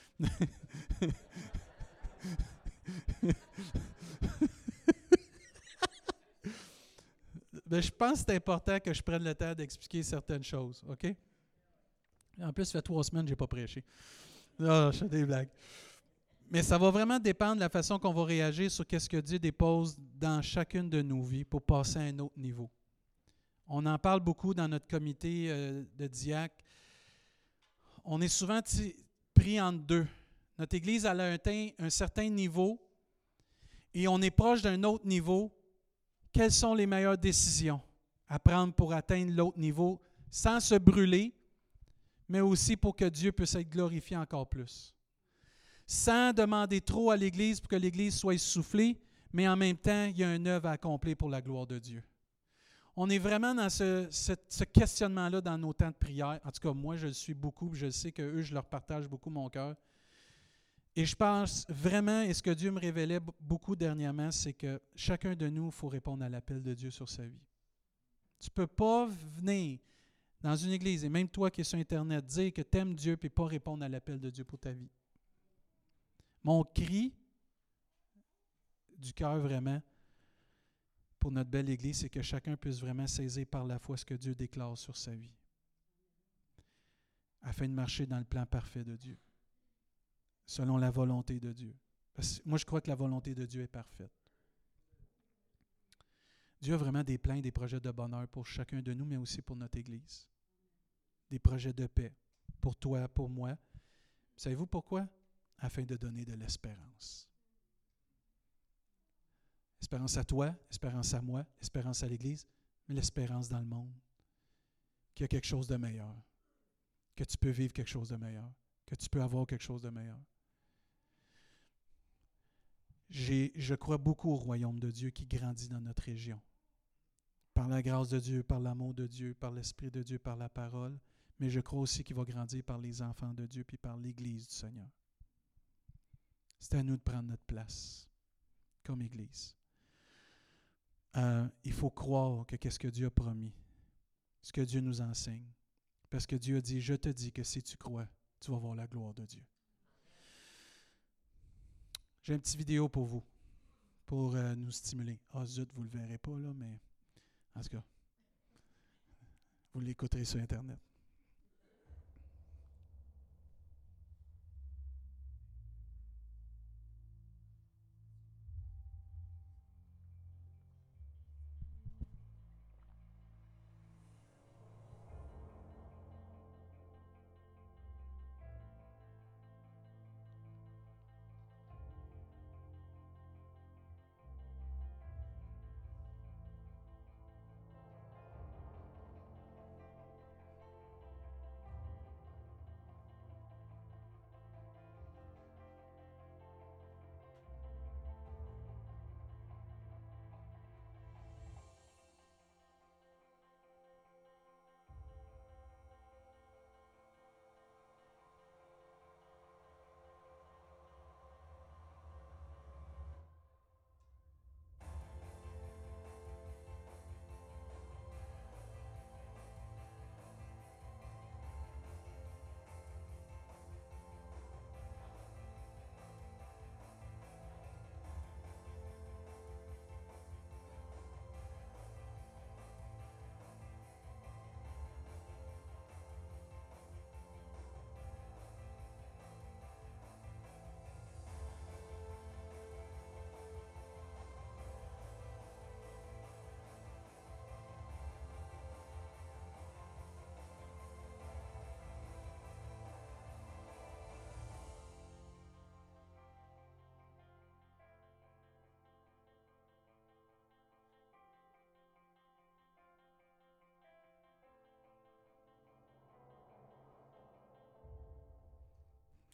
Ben, je pense que c'est important que je prenne le temps d'expliquer certaines choses, OK? En plus, ça fait 3 semaines que je n'ai pas prêché. Non, je fais des blagues. Mais ça va vraiment dépendre de la façon qu'on va réagir sur ce que Dieu dépose dans chacune de nos vies pour passer à un autre niveau. On en parle beaucoup dans notre comité de diacres. On est souvent pris entre deux. Notre Église elle a atteint un certain niveau et on est proche d'un autre niveau. Quelles sont les meilleures décisions à prendre pour atteindre l'autre niveau sans se brûler, mais aussi pour que Dieu puisse être glorifié encore plus? Sans demander trop à l'Église pour que l'Église soit essoufflée, mais en même temps, il y a une œuvre à accomplir pour la gloire de Dieu. On est vraiment dans ce questionnement-là dans nos temps de prière. En tout cas, moi, je le suis beaucoup, je sais qu'eux, je leur partage beaucoup mon cœur. Et je pense vraiment, et ce que Dieu me révélait beaucoup dernièrement, c'est que chacun de nous, il faut répondre à l'appel de Dieu sur sa vie. Tu ne peux pas venir dans une église, et même toi qui es sur Internet, dire que tu aimes Dieu et pas répondre à l'appel de Dieu pour ta vie. Mon cri du cœur vraiment pour notre belle Église, c'est que chacun puisse vraiment saisir par la foi ce que Dieu déclare sur sa vie, afin de marcher dans le plan parfait de Dieu, selon la volonté de Dieu. Parce que moi, je crois que la volonté de Dieu est parfaite. Dieu a vraiment des plans et des projets de bonheur pour chacun de nous, mais aussi pour notre Église. Des projets de paix pour toi, pour moi. Savez-vous pourquoi? Afin de donner de l'espérance. Espérance à toi, espérance à moi, espérance à l'Église, mais l'espérance dans le monde. Qu'il y a quelque chose de meilleur. Que tu peux vivre quelque chose de meilleur. Que tu peux avoir quelque chose de meilleur. Je crois beaucoup au royaume de Dieu qui grandit dans notre région. Par la grâce de Dieu, par l'amour de Dieu, par l'Esprit de Dieu, par la parole. Mais je crois aussi qu'il va grandir par les enfants de Dieu puis par l'Église du Seigneur. C'est à nous de prendre notre place comme Église. Il faut croire que qu'est-ce que Dieu a promis, ce que Dieu nous enseigne. Parce que Dieu a dit, je te dis que si tu crois, tu vas voir la gloire de Dieu. J'ai une petite vidéo pour vous, pour nous stimuler. Ah zut, vous ne le verrez pas là, mais en tout cas, vous l'écouterez sur Internet.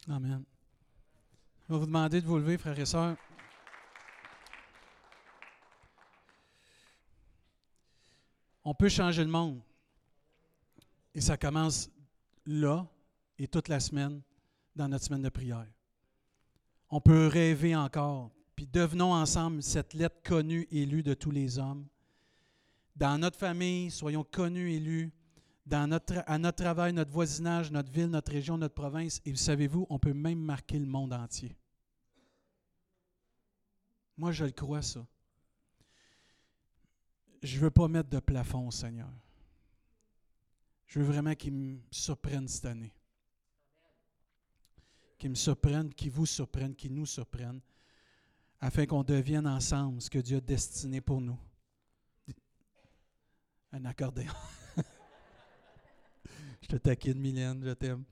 Amen. Je vais vous demander de vous lever, frères et sœurs. On peut changer le monde. Et ça commence là et toute la semaine, dans notre semaine de prière. On peut rêver encore. Puis devenons ensemble cette lettre connue et lue de tous les hommes. Dans notre famille, soyons connus et lus. À notre travail, notre voisinage, notre ville, notre région, notre province. Et vous savez-vous, on peut même marquer le monde entier. Moi, je le crois, ça. Je ne veux pas mettre de plafond, Seigneur. Je veux vraiment qu'il me surprenne cette année. Qu'il me surprenne, qu'il vous surprenne, qu'il nous surprenne, afin qu'on devienne ensemble ce que Dieu a destiné pour nous. Un accordéon. Je te taquine, Mylène, je t'aime.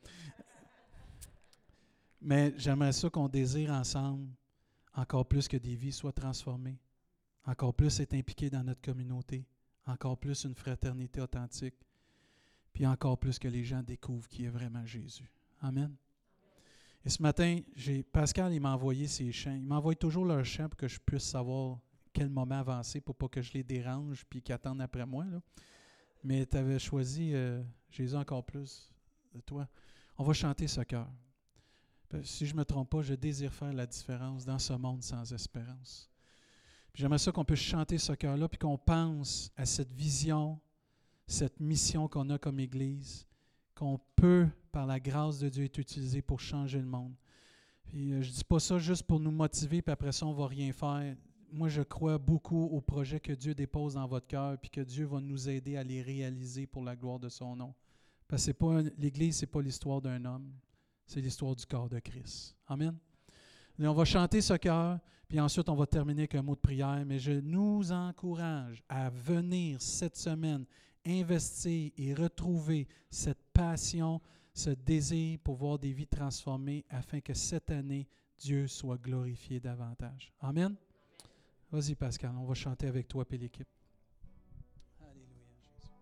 Mais j'aimerais ça qu'on désire ensemble encore plus que des vies soient transformées, encore plus être impliqués dans notre communauté, encore plus une fraternité authentique, puis encore plus que les gens découvrent qui est vraiment Jésus. Amen. Et ce matin, Pascal, il m'a envoyé ses chants. Il m'envoie toujours leurs chants pour que je puisse savoir quel moment avancer pour pas que je les dérange puis qu'ils attendent après moi, là. Mais tu avais choisi Jésus encore plus de toi. On va chanter ce cœur. Si je ne me trompe pas, je désire faire la différence dans ce monde sans espérance. Puis j'aimerais ça qu'on puisse chanter ce cœur-là puis qu'on pense à cette vision, cette mission qu'on a comme Église, qu'on peut, par la grâce de Dieu, être utilisé pour changer le monde. Puis je ne dis pas ça juste pour nous motiver, puis après ça, on ne va rien faire. Moi, je crois beaucoup aux projets que Dieu dépose dans votre cœur, puis que Dieu va nous aider à les réaliser pour la gloire de son nom. Parce que l'Église, ce n'est pas l'histoire d'un homme, c'est l'histoire du corps de Christ. Amen. Et on va chanter ce cœur, puis ensuite, on va terminer avec un mot de prière. Mais je nous encourage à venir cette semaine investir et retrouver cette passion, ce désir pour voir des vies transformées afin que cette année, Dieu soit glorifié davantage. Amen. Vas-y, Pascal, on va chanter avec toi et l'équipe. Alléluia, Jésus.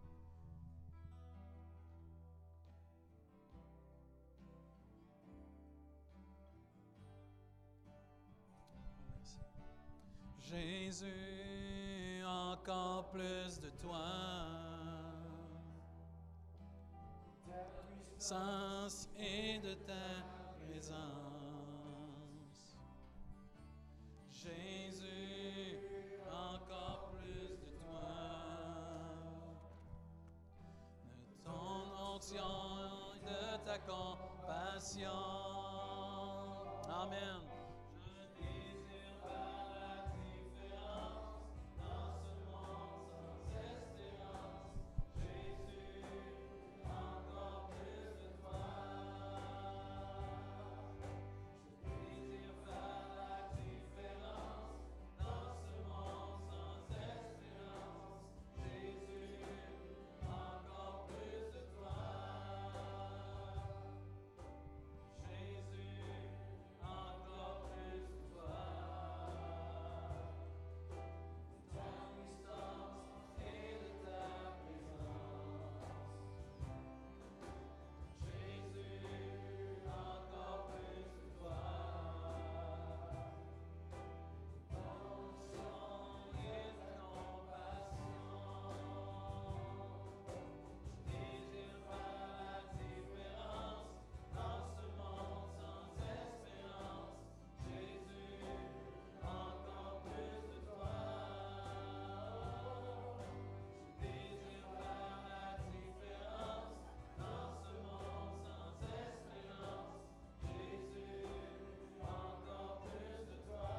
Jésus, encore plus de toi. Sens et de ta présence. Jésus, encore plus de toi. De ton onction et de ta compassion. Amen. Je désire faire la différence dans ce monde sans espérance. Jésus, encore plus de toi. Je désire faire la différence dans ce monde sans espérance. Jésus, encore plus de toi. Jésus, encore plus de toi. De ta puissance et de ta présence. Jésus, encore plus de toi. Ton sang et ta compassion. Je désire faire la différence dans ce monde sans espérance. Jésus, encore plus de toi. Je désire faire la différence dans ce monde sans espérance. Jésus, encore plus de toi.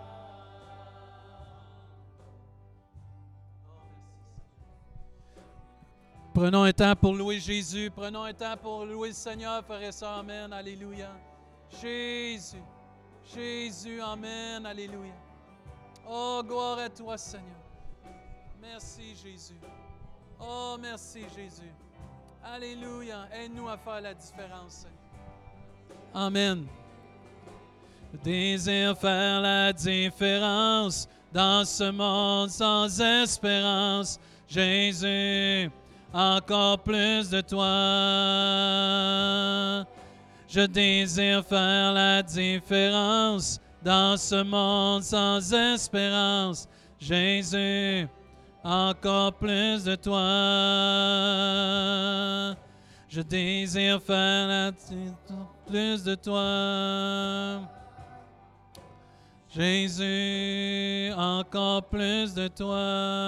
Prenons un temps pour louer Jésus. Prenons un temps pour louer le Seigneur, frères et sœurs. Amen. Alléluia. Jésus. Jésus. Amen. Alléluia. Oh, gloire à toi, Seigneur. Merci, Jésus. Oh, merci, Jésus. Alléluia. Aide-nous à faire la différence, Seigneur. Amen. Je désire faire la différence dans ce monde sans espérance. Jésus, encore plus de toi. Je désire faire la différence dans ce monde sans espérance. Jésus, encore plus de toi. Je désire faire la différence, plus de toi. Jésus, encore plus de toi.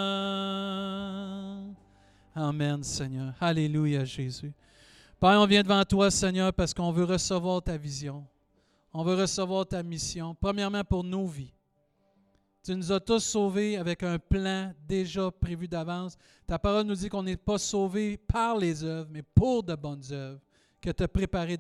Amen, Seigneur. Alléluia, Jésus. Père, on vient devant toi, Seigneur, parce qu'on veut recevoir ta vision. On veut recevoir ta mission, premièrement pour nos vies. Tu nous as tous sauvés avec un plan déjà prévu d'avance. Ta parole nous dit qu'on n'est pas sauvés par les œuvres, mais pour de bonnes œuvres que tu as préparées